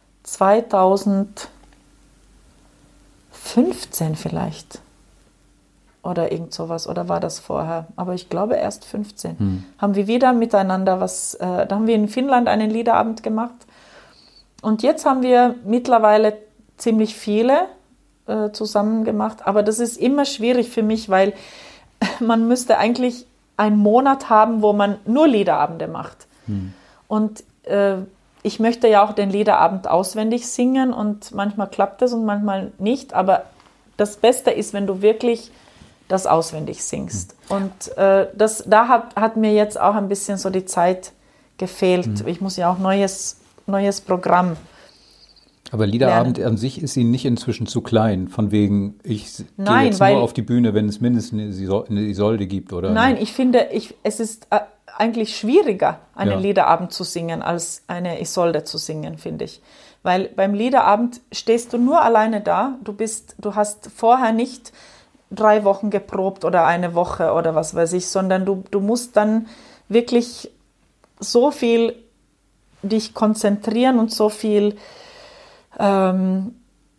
2015 vielleicht oder irgend sowas. Oder war das vorher? Aber ich glaube erst 15. Haben wir wieder miteinander da haben wir in Finnland einen Liederabend gemacht. Und jetzt haben wir mittlerweile ziemlich viele zusammen gemacht. Aber das ist immer schwierig für mich, weil man müsste eigentlich einen Monat haben, wo man nur Liederabende macht. Und ich möchte ja auch den Liederabend auswendig singen und manchmal klappt das und manchmal nicht, aber das Beste ist, wenn du wirklich das auswendig singst. Und da hat mir jetzt auch ein bisschen so die Zeit gefehlt. Ich muss ja auch neues Programm. Aber Liederabend an sich ist Ihnen nicht inzwischen zu klein, von wegen, ich gehe jetzt nur auf die Bühne, wenn es mindestens eine Isolde gibt, oder? Nein, ich finde, es ist eigentlich schwieriger, einen Liederabend zu singen, als eine Isolde zu singen, finde ich. Weil beim Liederabend stehst du nur alleine da, du hast vorher nicht 3 Wochen geprobt oder eine Woche oder was weiß ich, sondern du musst dann wirklich so viel dich konzentrieren und so viel du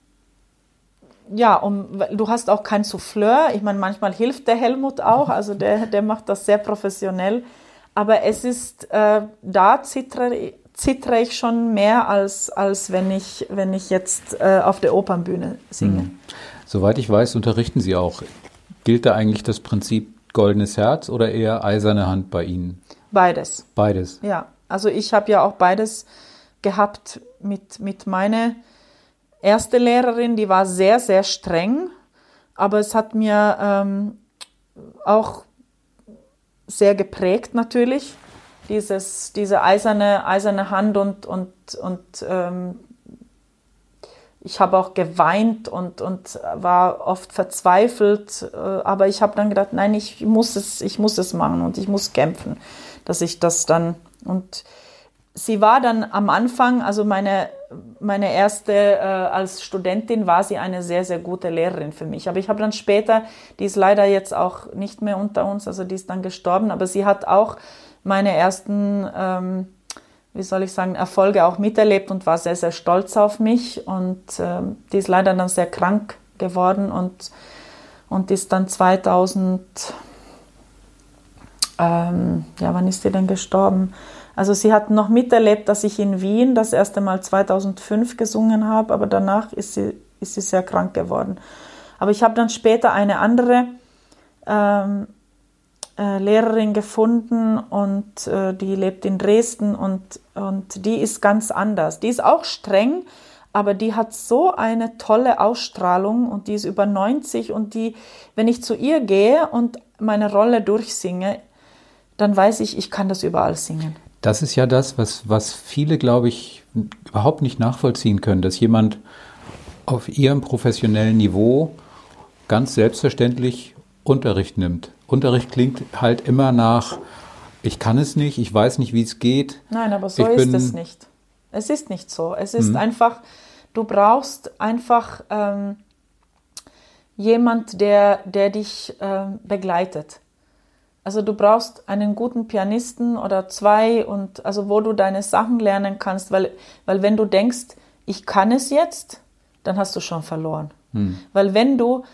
hast auch kein Souffleur. Ich meine, manchmal hilft der Helmut auch, also der macht das sehr professionell. Aber es ist, da zittere ich schon mehr, als wenn ich jetzt auf der Opernbühne singe. Soweit ich weiß, unterrichten Sie auch. Gilt da eigentlich das Prinzip goldenes Herz oder eher eiserne Hand bei Ihnen? Beides. Beides? Ja, also ich habe ja auch beides gehabt mit meiner erste Lehrerin, die war sehr, sehr streng, aber es hat mir auch sehr geprägt natürlich, diese eiserne Hand und ich habe auch geweint und war oft verzweifelt, aber ich habe dann gedacht, nein, ich muss es machen und ich muss kämpfen, dass ich das dann und sie war dann am Anfang, also meine erste, als Studentin war sie eine sehr, sehr gute Lehrerin für mich. Aber ich habe dann später, die ist leider jetzt auch nicht mehr unter uns, also die ist dann gestorben, aber sie hat auch meine ersten, Erfolge auch miterlebt und war sehr, sehr stolz auf mich. Und die ist leider dann sehr krank geworden und ist dann 2000, wann ist sie denn gestorben? Also sie hat noch miterlebt, dass ich in Wien das erste Mal 2005 gesungen habe, aber danach ist sie sehr krank geworden. Aber ich habe dann später eine andere Lehrerin gefunden und die lebt in Dresden und die ist ganz anders. Die ist auch streng, aber die hat so eine tolle Ausstrahlung und die ist über 90 und wenn ich zu ihr gehe und meine Rolle durchsinge, dann weiß ich kann das überall singen. Das ist ja das, was viele, glaube ich, überhaupt nicht nachvollziehen können, dass jemand auf ihrem professionellen Niveau ganz selbstverständlich Unterricht nimmt. Unterricht klingt halt immer nach, ich kann es nicht, ich weiß nicht, wie es geht. Nein, aber so ist es nicht. Es ist nicht so. Es ist einfach, du brauchst einfach jemand, der dich begleitet. Also du brauchst einen guten Pianisten oder 2 und also wo du deine Sachen lernen kannst, weil wenn du denkst, ich kann es jetzt, dann hast du schon verloren. Weil wenn du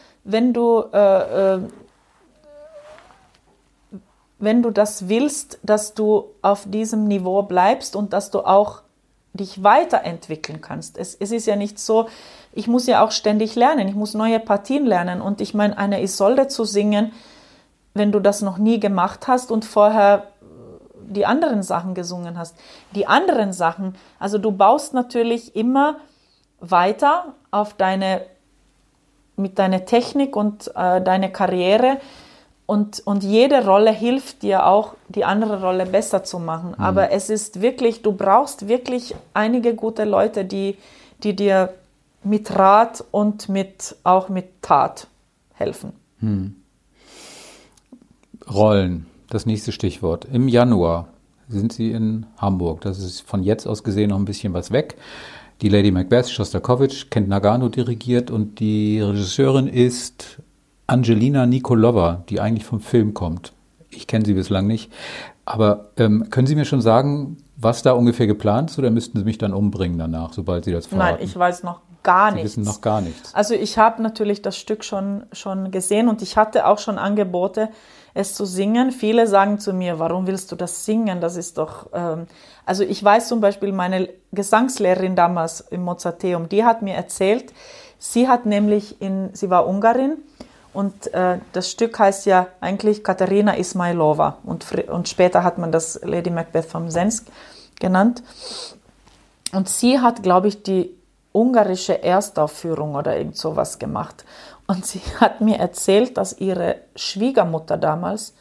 das willst, dass du auf diesem Niveau bleibst und dass du auch dich weiterentwickeln kannst. Es ist ja nicht so, ich muss ja auch ständig lernen, ich muss neue Partien lernen und ich meine, eine Isolde zu singen, wenn du das noch nie gemacht hast und vorher die anderen Sachen gesungen hast. Die anderen Sachen, also du baust natürlich immer weiter mit deiner Technik und deiner Karriere Und jede Rolle hilft dir auch, die andere Rolle besser zu machen. Aber es ist wirklich, du brauchst wirklich einige gute Leute, die dir mit Rat und auch mit Tat helfen. Rollen, das nächste Stichwort. Im Januar sind Sie in Hamburg. Das ist von jetzt aus gesehen noch ein bisschen was weg. Die Lady Macbeth, Schostakowitsch, Kent Nagano dirigiert und die Regisseurin ist Angelina Nikolova, die eigentlich vom Film kommt. Ich kenne sie bislang nicht. Aber können Sie mir schon sagen, was da ungefähr geplant ist, oder müssten Sie mich dann umbringen danach, sobald Sie das verraten? Nein, ich weiß noch gar nichts. Sie wissen noch gar nichts. Also ich habe natürlich das Stück schon gesehen und ich hatte auch schon Angebote, es zu singen. Viele sagen zu mir, warum willst du das singen? Das ist doch... Also ich weiß zum Beispiel, meine Gesangslehrerin damals im Mozarteum, die hat mir erzählt, sie war Ungarin und das Stück heißt ja eigentlich Katerina Ismailova und später hat man das Lady Macbeth vom Sensk genannt. Und sie hat, glaube ich, die ungarische Erstaufführung oder irgend sowas gemacht. Und sie hat mir erzählt, dass ihre Schwiegermutter damals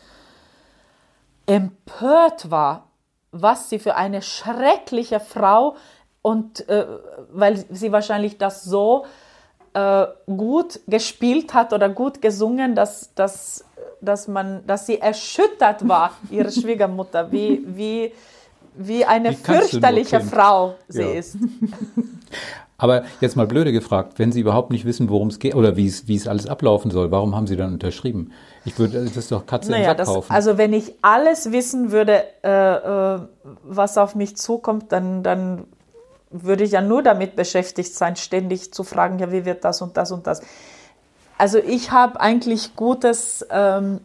empört war, was sie für eine schreckliche Frau und weil sie wahrscheinlich das so gut gespielt hat oder gut gesungen, dass sie erschüttert war, ihre Schwiegermutter, wie eine fürchterliche Frau sie ist. Aber jetzt mal blöde gefragt, wenn Sie überhaupt nicht wissen, worum es geht oder wie es alles ablaufen soll, warum haben Sie dann unterschrieben? Das ist doch Katze im Sack kaufen. Also wenn ich alles wissen würde, was auf mich zukommt, dann würde ich ja nur damit beschäftigt sein, ständig zu fragen, ja, wie wird das und das und das. Also ich habe eigentlich ich habe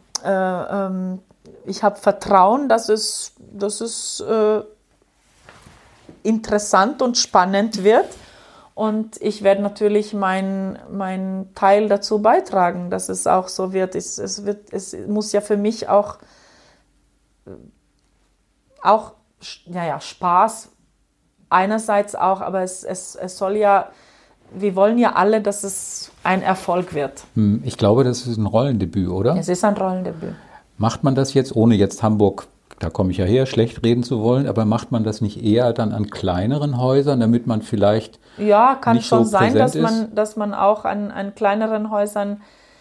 Vertrauen, dass es interessant und spannend wird. Und ich werde natürlich meinen Teil dazu beitragen, dass es auch so wird. Es muss ja für mich auch Spaß einerseits auch, aber es soll ja, wir wollen ja alle, dass es ein Erfolg wird. Ich glaube, das ist ein Rollendebüt, oder? Es ist ein Rollendebüt. Macht man das jetzt, ohne jetzt Hamburg, da komme ich ja her, schlecht reden zu wollen, aber macht man das nicht eher dann an kleineren Häusern, damit man vielleicht kann nicht schon so sein, präsent dass man auch an kleineren Häusern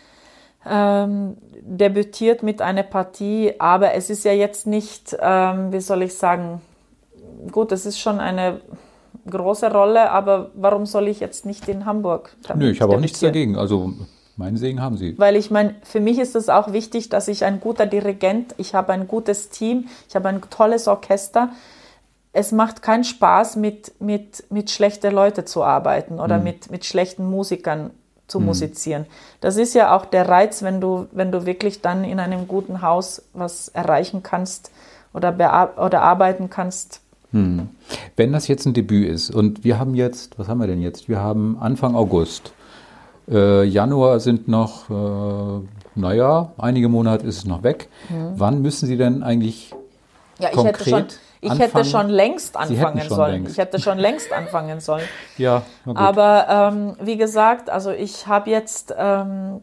debütiert mit einer Partie, aber es ist ja jetzt nicht, wie soll ich sagen, gut, es ist schon eine große Rolle, aber warum soll ich jetzt nicht in Hamburg Nö, ich habe auch nichts dagegen, also meinen Segen haben Sie. Weil ich meine, für mich ist es auch wichtig, dass ich ein guter Dirigent, ich habe ein gutes Team, ich habe ein tolles Orchester. Es macht keinen Spaß, mit schlechten Leuten zu arbeiten oder mit schlechten Musikern zu musizieren. Das ist ja auch der Reiz, wenn du wirklich dann in einem guten Haus was erreichen kannst oder arbeiten kannst. Wenn das jetzt ein Debüt ist und wir haben jetzt, was haben wir denn jetzt? Wir haben Anfang August. Januar sind noch, einige Monate ist es noch weg. Wann müssen Sie denn eigentlich konkret Ich hätte schon längst anfangen sollen. Ich hätte schon längst anfangen sollen. Ja, na gut. Aber wie gesagt, also ich habe jetzt habe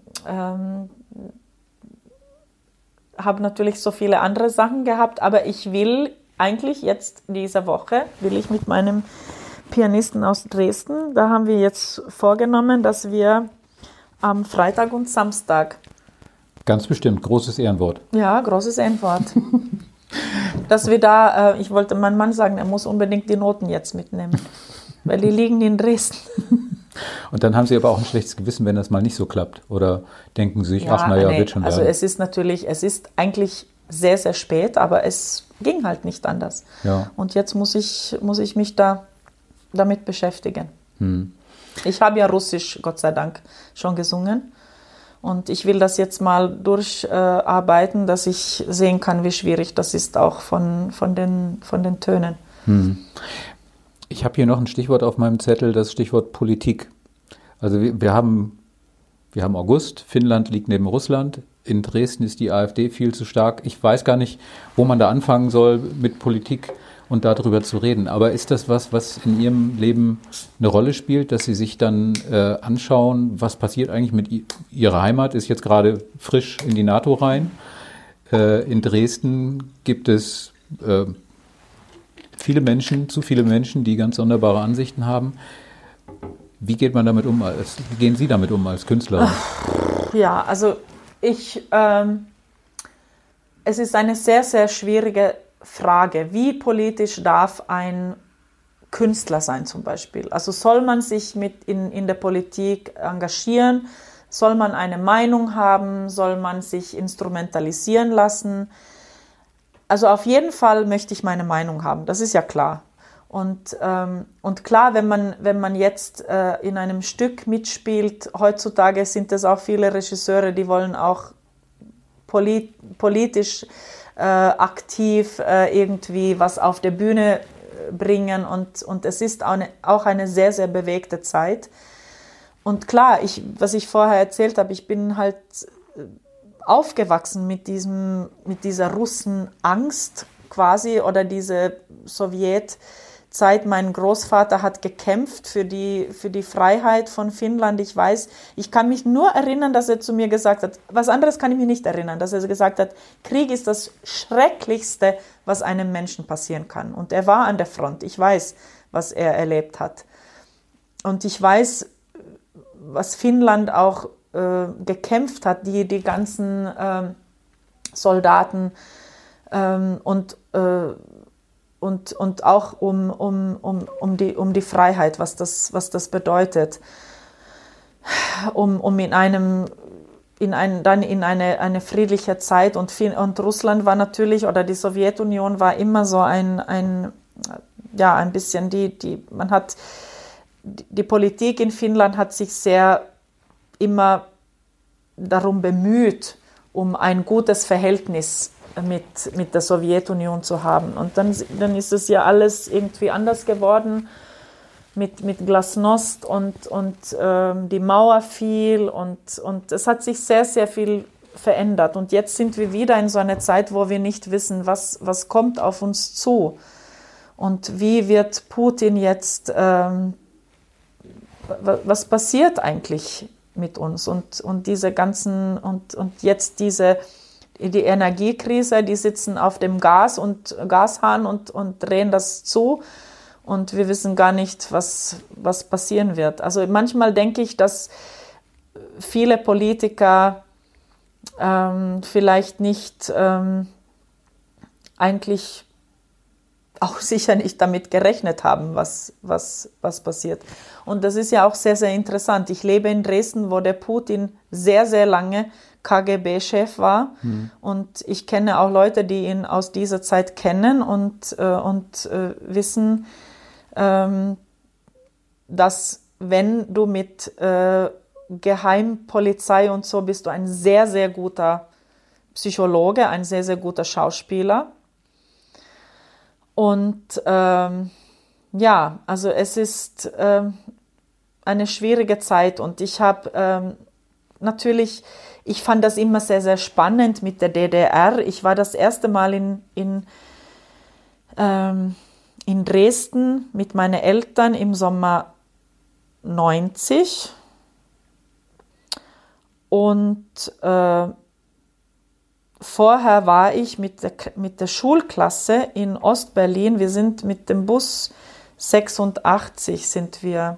natürlich so viele andere Sachen gehabt, aber ich will eigentlich jetzt diese Woche, mit meinem Pianisten aus Dresden, da haben wir jetzt vorgenommen, dass wir am Freitag und Samstag... Ganz bestimmt, großes Ehrenwort. Ja, großes Ehrenwort. Dass wir da, ich wollte meinem Mann sagen, er muss unbedingt die Noten jetzt mitnehmen, weil die liegen in Dresden. Und dann haben Sie aber auch ein schlechtes Gewissen, wenn das mal nicht so klappt. Oder denken Sie sich, wird schon werden. Also es ist eigentlich sehr, sehr spät, aber es ging halt nicht anders. Ja. Und jetzt muss ich mich damit beschäftigen. Ich habe ja Russisch, Gott sei Dank, schon gesungen. Und ich will das jetzt mal durcharbeiten, dass ich sehen kann, wie schwierig das ist, auch von den Tönen. Ich habe hier noch ein Stichwort auf meinem Zettel, das Stichwort Politik. Also wir haben August, Finnland liegt neben Russland, in Dresden ist die AfD viel zu stark. Ich weiß gar nicht, wo man da anfangen soll mit Politik und darüber zu reden. Aber ist das was in Ihrem Leben eine Rolle spielt, dass Sie sich dann anschauen, was passiert eigentlich mit Ihrer Heimat? Ist jetzt gerade frisch in die NATO rein. In Dresden gibt es zu viele Menschen, die ganz sonderbare Ansichten haben. Wie geht man damit um? Wie gehen Sie damit um als Künstlerin? Ja, also es ist eine sehr, sehr schwierige Frage. Wie politisch darf ein Künstler sein zum Beispiel? Also soll man sich in der Politik engagieren? Soll man eine Meinung haben? Soll man sich instrumentalisieren lassen? Also auf jeden Fall möchte ich meine Meinung haben, das ist ja klar. Und klar, wenn man jetzt in einem Stück mitspielt, heutzutage sind es auch viele Regisseure, die wollen auch politisch aktiv irgendwie was auf der Bühne bringen und es ist auch eine sehr, sehr bewegte Zeit. Und klar, was ich vorher erzählt habe, ich bin halt aufgewachsen mit dieser Russenangst quasi oder diese Sowjetzeit. Mein Großvater hat gekämpft für die Freiheit von Finnland. Ich kann mich nur erinnern, dass er zu mir gesagt hat, was anderes kann ich mich nicht erinnern, dass er gesagt hat, Krieg ist das Schrecklichste, was einem Menschen passieren kann. Und er war an der Front. Ich weiß, was er erlebt hat. Und ich weiß, was Finnland auch gekämpft hat, die ganzen Soldaten und auch um die Freiheit, was das bedeutet, in eine friedliche Zeit und Russland war natürlich oder die Sowjetunion war immer so ein bisschen die Politik in Finnland hat sich sehr immer darum bemüht, um ein gutes Verhältnis mit der Sowjetunion zu haben. Und dann ist es ja alles irgendwie anders geworden mit Glasnost und die Mauer fiel und es hat sich sehr, sehr viel verändert. Und jetzt sind wir wieder in so einer Zeit, wo wir nicht wissen, was kommt auf uns zu und wie wird Putin jetzt, was passiert eigentlich mit uns und diese ganzen und jetzt die Energiekrise, die sitzen auf dem Gashahn und drehen das zu und wir wissen gar nicht, was passieren wird. Also manchmal denke ich, dass viele Politiker vielleicht nicht eigentlich auch sicher nicht damit gerechnet haben, was passiert. Und das ist ja auch sehr, sehr interessant. Ich lebe in Dresden, wo der Putin sehr, sehr lange KGB-Chef war. Und ich kenne auch Leute, die ihn aus dieser Zeit kennen und wissen, dass wenn du mit Geheimpolizei und so bist, du ein sehr, sehr guter Psychologe, ein sehr, sehr guter Schauspieler. Und also es ist eine schwierige Zeit und ich habe natürlich, ich fand das immer sehr, sehr spannend mit der DDR. Ich war das erste Mal in Dresden mit meinen Eltern im Sommer 90 und vorher war ich mit der Schulklasse in Ostberlin. Wir sind mit dem Bus 86 sind wir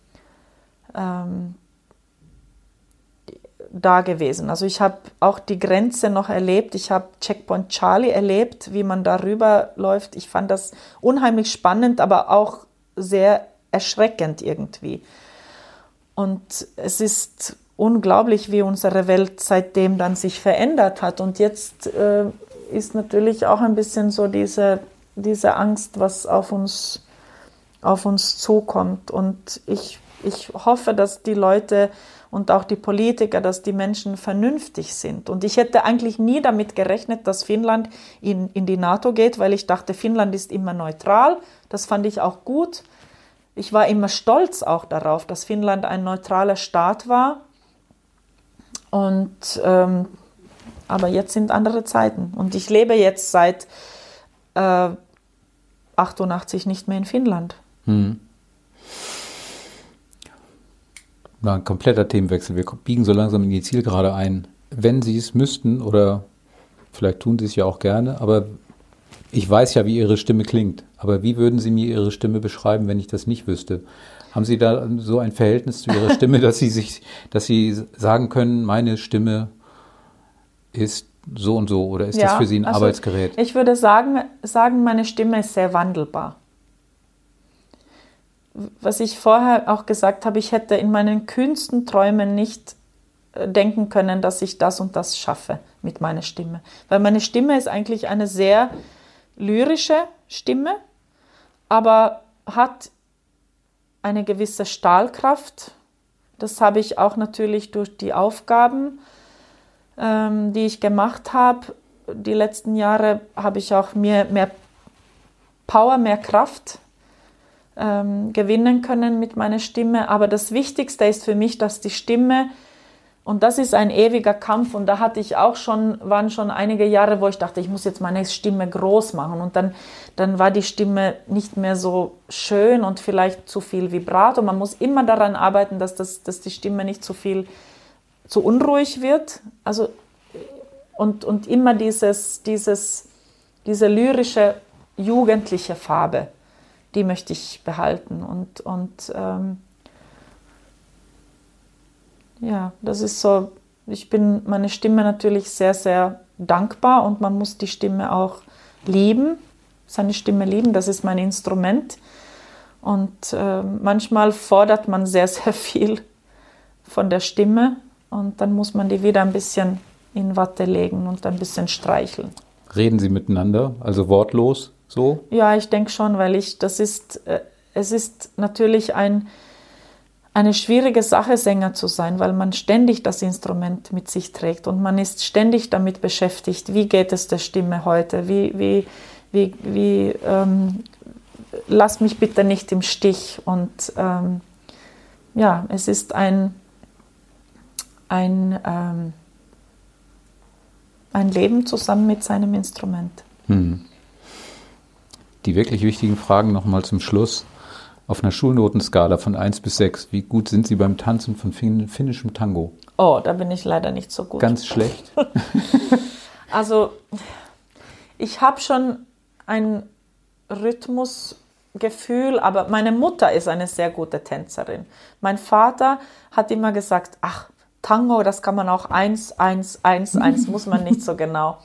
da gewesen. Also ich habe auch die Grenze noch erlebt. Ich habe Checkpoint Charlie erlebt, wie man darüber läuft. Ich fand das unheimlich spannend, aber auch sehr erschreckend irgendwie. Und es ist unglaublich, wie unsere Welt seitdem dann sich verändert hat. Und jetzt ist natürlich auch ein bisschen so diese Angst, was auf uns zukommt. Und ich hoffe, dass die Leute und auch die Politiker, dass die Menschen vernünftig sind. Und ich hätte eigentlich nie damit gerechnet, dass Finnland in die NATO geht, weil ich dachte, Finnland ist immer neutral. Das fand ich auch gut. Ich war immer stolz auch darauf, dass Finnland ein neutraler Staat war. Und aber jetzt sind andere Zeiten. Und ich lebe jetzt seit 8 88 nicht mehr in Finnland. Na, ein kompletter Themenwechsel. Wir biegen so langsam in die Zielgerade ein. Wenn Sie es müssten, oder vielleicht tun Sie es ja auch gerne, aber ich weiß ja, wie Ihre Stimme klingt. Aber wie würden Sie mir Ihre Stimme beschreiben, wenn ich das nicht wüsste? Haben Sie da so ein Verhältnis zu Ihrer Stimme, dass Sie sagen können, meine Stimme ist so und so, oder ist das für Sie ein Arbeitsgerät? Ich würde sagen, meine Stimme ist sehr wandelbar. Was ich vorher auch gesagt habe, ich hätte in meinen kühnsten Träumen nicht denken können, dass ich das und das schaffe mit meiner Stimme. Weil meine Stimme ist eigentlich eine sehr lyrische Stimme, aber hat eine gewisse Stahlkraft. Das habe ich auch natürlich durch die Aufgaben, die ich gemacht habe. Die letzten Jahre habe ich auch mehr Power, mehr Kraft gewinnen können mit meiner Stimme. Aber das Wichtigste ist für mich, dass die Stimme, und das ist ein ewiger Kampf, und da hatte ich auch waren schon einige Jahre, wo ich dachte, ich muss jetzt meine Stimme groß machen, und dann war die Stimme nicht mehr so schön und vielleicht zu viel Vibrato. Man muss immer daran arbeiten, dass die Stimme nicht zu unruhig wird. Also, und immer diese lyrische, jugendliche Farbe, die möchte ich behalten. Und ja, das ist so, ich bin meine Stimme natürlich sehr, sehr dankbar, und man muss die Stimme auch lieben, seine Stimme lieben, das ist mein Instrument. Und manchmal fordert man sehr, sehr viel von der Stimme, und dann muss man die wieder ein bisschen in Watte legen und ein bisschen streicheln. Reden Sie miteinander, also wortlos so? Ja, ich denke schon, weil es ist natürlich eine schwierige Sache, Sänger zu sein, weil man ständig das Instrument mit sich trägt und man ist ständig damit beschäftigt, wie geht es der Stimme heute, lass mich bitte nicht im Stich. Und ja, es ist ein Leben zusammen mit seinem Instrument. Die wirklich wichtigen Fragen nochmal zum Schluss. Auf einer Schulnotenskala von 1 bis 6, wie gut sind Sie beim Tanzen von finnischem Tango? Oh, da bin ich leider nicht so gut. Ganz schlecht? Also, ich habe schon ein Rhythmusgefühl, aber meine Mutter ist eine sehr gute Tänzerin. Mein Vater hat immer gesagt, ach, Tango, das kann man auch 1, 1, 1, 1, muss man nicht so genau.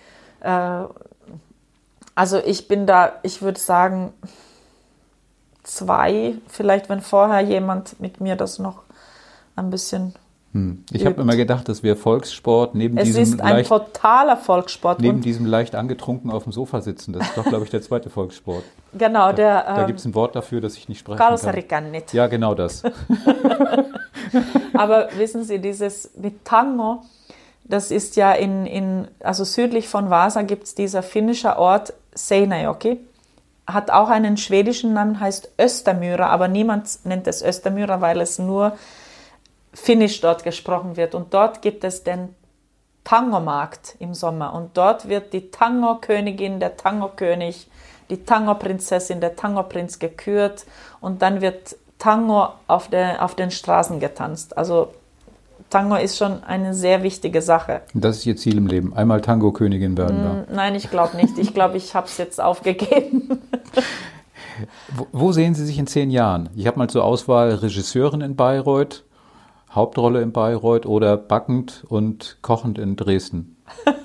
Also ich würde sagen 2, vielleicht wenn vorher jemand mit mir das noch ein bisschen Ich habe immer gedacht, das wäre Volkssport. Es ist ein totaler Volkssport. Neben diesem leicht angetrunken auf dem Sofa sitzen, das ist doch, glaube ich, der zweite Volkssport. Genau. Da gibt es ein Wort dafür, das ich nicht sprechen kann. Ja, genau das. Aber wissen Sie, dieses mit Tango, das ist ja also südlich von Vasa gibt es dieser finnische Ort Seinäjoki. Hat auch einen schwedischen Namen, heißt Östermyra, aber niemand nennt es Östermyra, weil es nur Finnisch dort gesprochen wird. Und dort gibt es den Tango-Markt im Sommer. Und dort wird die Tango-Königin, der Tango-König, die Tango-Prinzessin, der Tango-Prinz gekürt. Und dann wird Tango auf den Straßen getanzt. Also Tango ist schon eine sehr wichtige Sache. Das ist Ihr Ziel im Leben? Einmal Tango-Königin werden? Nein, ich glaube nicht. Ich glaube, ich habe es jetzt aufgegeben. Wo sehen Sie sich in 10 Jahren? Ich habe mal zur Auswahl Regisseurin in Bayreuth, Hauptrolle in Bayreuth oder backend und kochend in Dresden?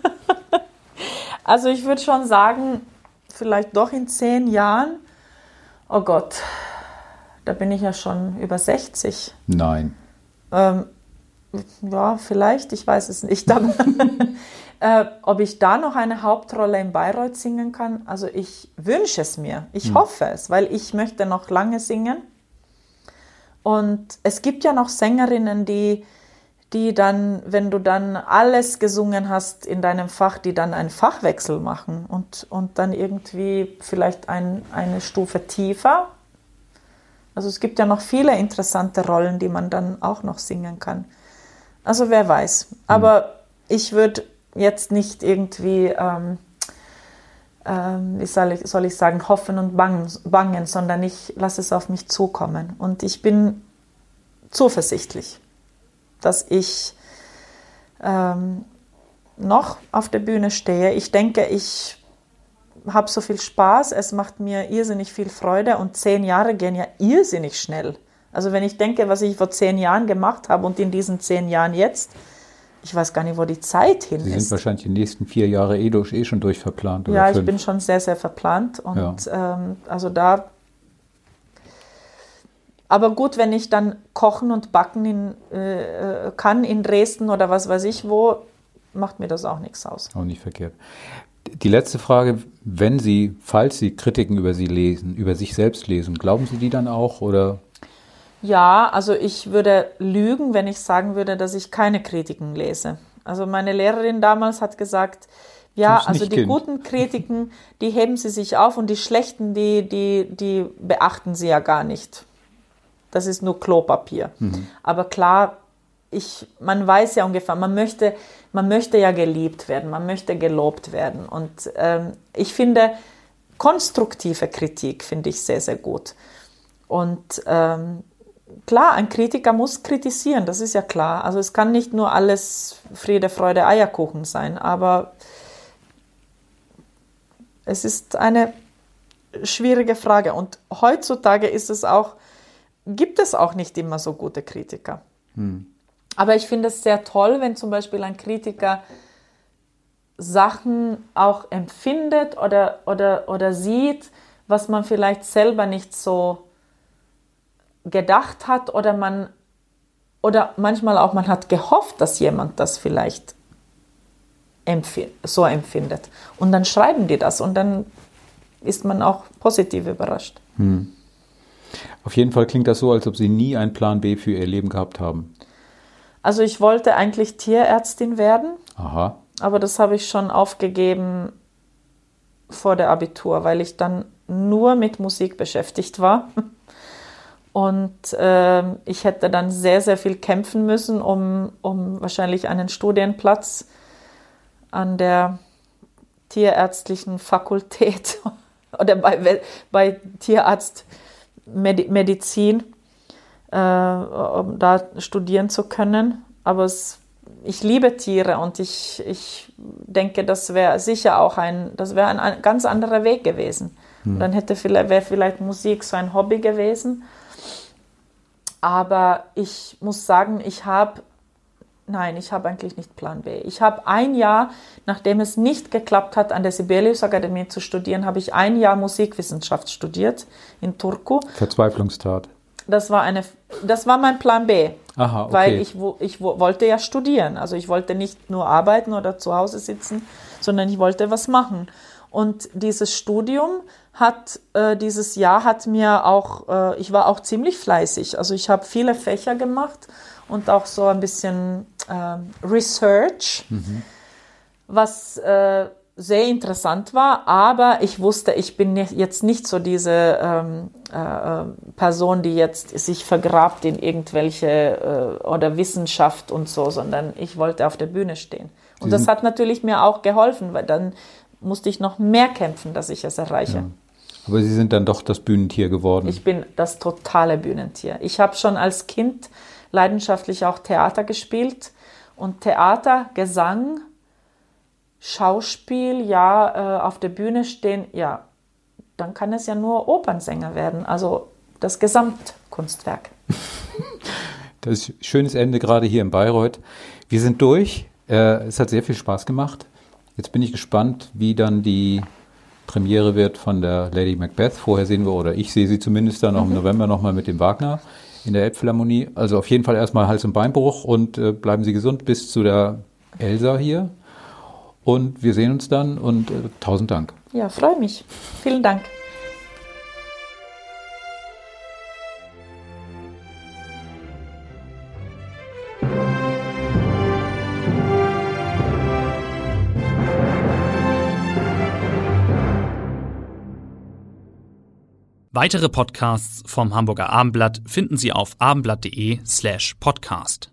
Also ich würde schon sagen, vielleicht doch in 10 Jahren. Oh Gott, da bin ich ja schon über 60. Nein. Ja, vielleicht, ich weiß es nicht. Aber ob ich da noch eine Hauptrolle in Bayreuth singen kann, also ich wünsche es mir. Ich hoffe es, weil ich möchte noch lange singen. Und es gibt ja noch Sängerinnen, die dann, wenn du dann alles gesungen hast in deinem Fach, die dann einen Fachwechsel machen und dann irgendwie vielleicht eine Stufe tiefer. Also es gibt ja noch viele interessante Rollen, die man dann auch noch singen kann. Also wer weiß. Aber ich würde jetzt nicht irgendwie wie soll ich sagen, hoffen und bangen, sondern ich lasse es auf mich zukommen. Und ich bin zuversichtlich, dass ich noch auf der Bühne stehe. Ich denke, ich habe so viel Spaß, es macht mir irrsinnig viel Freude und 10 Jahre gehen ja irrsinnig schnell. Also wenn ich denke, was ich vor 10 Jahren gemacht habe und in diesen 10 Jahren jetzt, ich weiß gar nicht, wo die Zeit hin ist. Sie sind wahrscheinlich die nächsten 4 Jahre schon durchverplant. Oder 5. Ich bin schon sehr, sehr verplant. Und also da. Aber gut, wenn ich dann kochen und backen kann in Dresden oder was weiß ich wo, macht mir das auch nichts aus. Auch nicht verkehrt. Die letzte Frage, falls Sie Kritiken über Sie lesen, über sich selbst lesen, glauben Sie die dann auch oder? Ja, also ich würde lügen, wenn ich sagen würde, dass ich keine Kritiken lese. Also meine Lehrerin damals hat gesagt, ja, also die guten Kritiken, die heben Sie sich auf und die schlechten, die beachten Sie ja gar nicht. Das ist nur Klopapier. Mhm. Aber klar, man weiß ja ungefähr, man möchte ja geliebt werden, man möchte gelobt werden. Und ich finde, konstruktive Kritik finde ich sehr, sehr gut. Und klar, ein Kritiker muss kritisieren, das ist ja klar. Also es kann nicht nur alles Friede, Freude, Eierkuchen sein, aber es ist eine schwierige Frage. Und heutzutage gibt es auch nicht immer so gute Kritiker. Aber ich finde es sehr toll, wenn zum Beispiel ein Kritiker Sachen auch empfindet oder sieht, was man vielleicht selber nicht so gedacht hat oder manchmal auch man hat gehofft, dass jemand das vielleicht so empfindet. Und dann schreiben die das und dann ist man auch positiv überrascht. Auf jeden Fall klingt das so, als ob Sie nie einen Plan B für Ihr Leben gehabt haben. Also ich wollte eigentlich Tierärztin werden. Aha. Aber das habe ich schon aufgegeben vor der Abitur, weil ich dann nur mit Musik beschäftigt war. Und ich hätte dann sehr, sehr viel kämpfen müssen, um wahrscheinlich einen Studienplatz an der tierärztlichen Fakultät oder bei Tierarztmedizin, um da studieren zu können. Aber ich liebe Tiere und ich denke, das wäre sicher auch ein ganz anderer Weg gewesen. Dann wäre vielleicht Musik so ein Hobby gewesen. Aber ich muss sagen, ich habe eigentlich nicht Plan B. Ich habe ein Jahr, nachdem es nicht geklappt hat, an der Sibelius Akademie zu studieren, habe ich ein Jahr Musikwissenschaft studiert in Turku. Verzweiflungstat. Das war mein Plan B. Aha, okay. Weil ich wollte ja studieren. Also ich wollte nicht nur arbeiten oder zu Hause sitzen, sondern ich wollte was machen. Und dieses Studium dieses Jahr hat mir auch, ich war auch ziemlich fleißig. Also ich habe viele Fächer gemacht und auch so ein bisschen Research, was sehr interessant war. Aber ich wusste, ich bin jetzt nicht so diese Person, die jetzt sich vergrabt in irgendwelche oder Wissenschaft und so, sondern ich wollte auf der Bühne stehen. Und das hat natürlich mir auch geholfen, weil dann musste ich noch mehr kämpfen, dass ich es erreiche. Ja. Aber Sie sind dann doch das Bühnentier geworden. Ich bin das totale Bühnentier. Ich habe schon als Kind leidenschaftlich auch Theater gespielt. Und Theater, Gesang, Schauspiel, auf der Bühne stehen, ja, dann kann es ja nur Opernsänger werden. Also das Gesamtkunstwerk. Das ist ein schönes Ende gerade hier in Bayreuth. Wir sind durch. Es hat sehr viel Spaß gemacht. Jetzt bin ich gespannt, wie dann die Premiere wird von der Lady Macbeth. Vorher sehen wir, oder ich sehe sie zumindest dann auch im November nochmal mit dem Wagner in der Elbphilharmonie. Also auf jeden Fall erstmal Hals- und Beinbruch und bleiben Sie gesund bis zu der Elsa hier. Und wir sehen uns dann und 1000 Dank. Ja, freue mich. Vielen Dank. Weitere Podcasts vom Hamburger Abendblatt finden Sie auf abendblatt.de/podcast.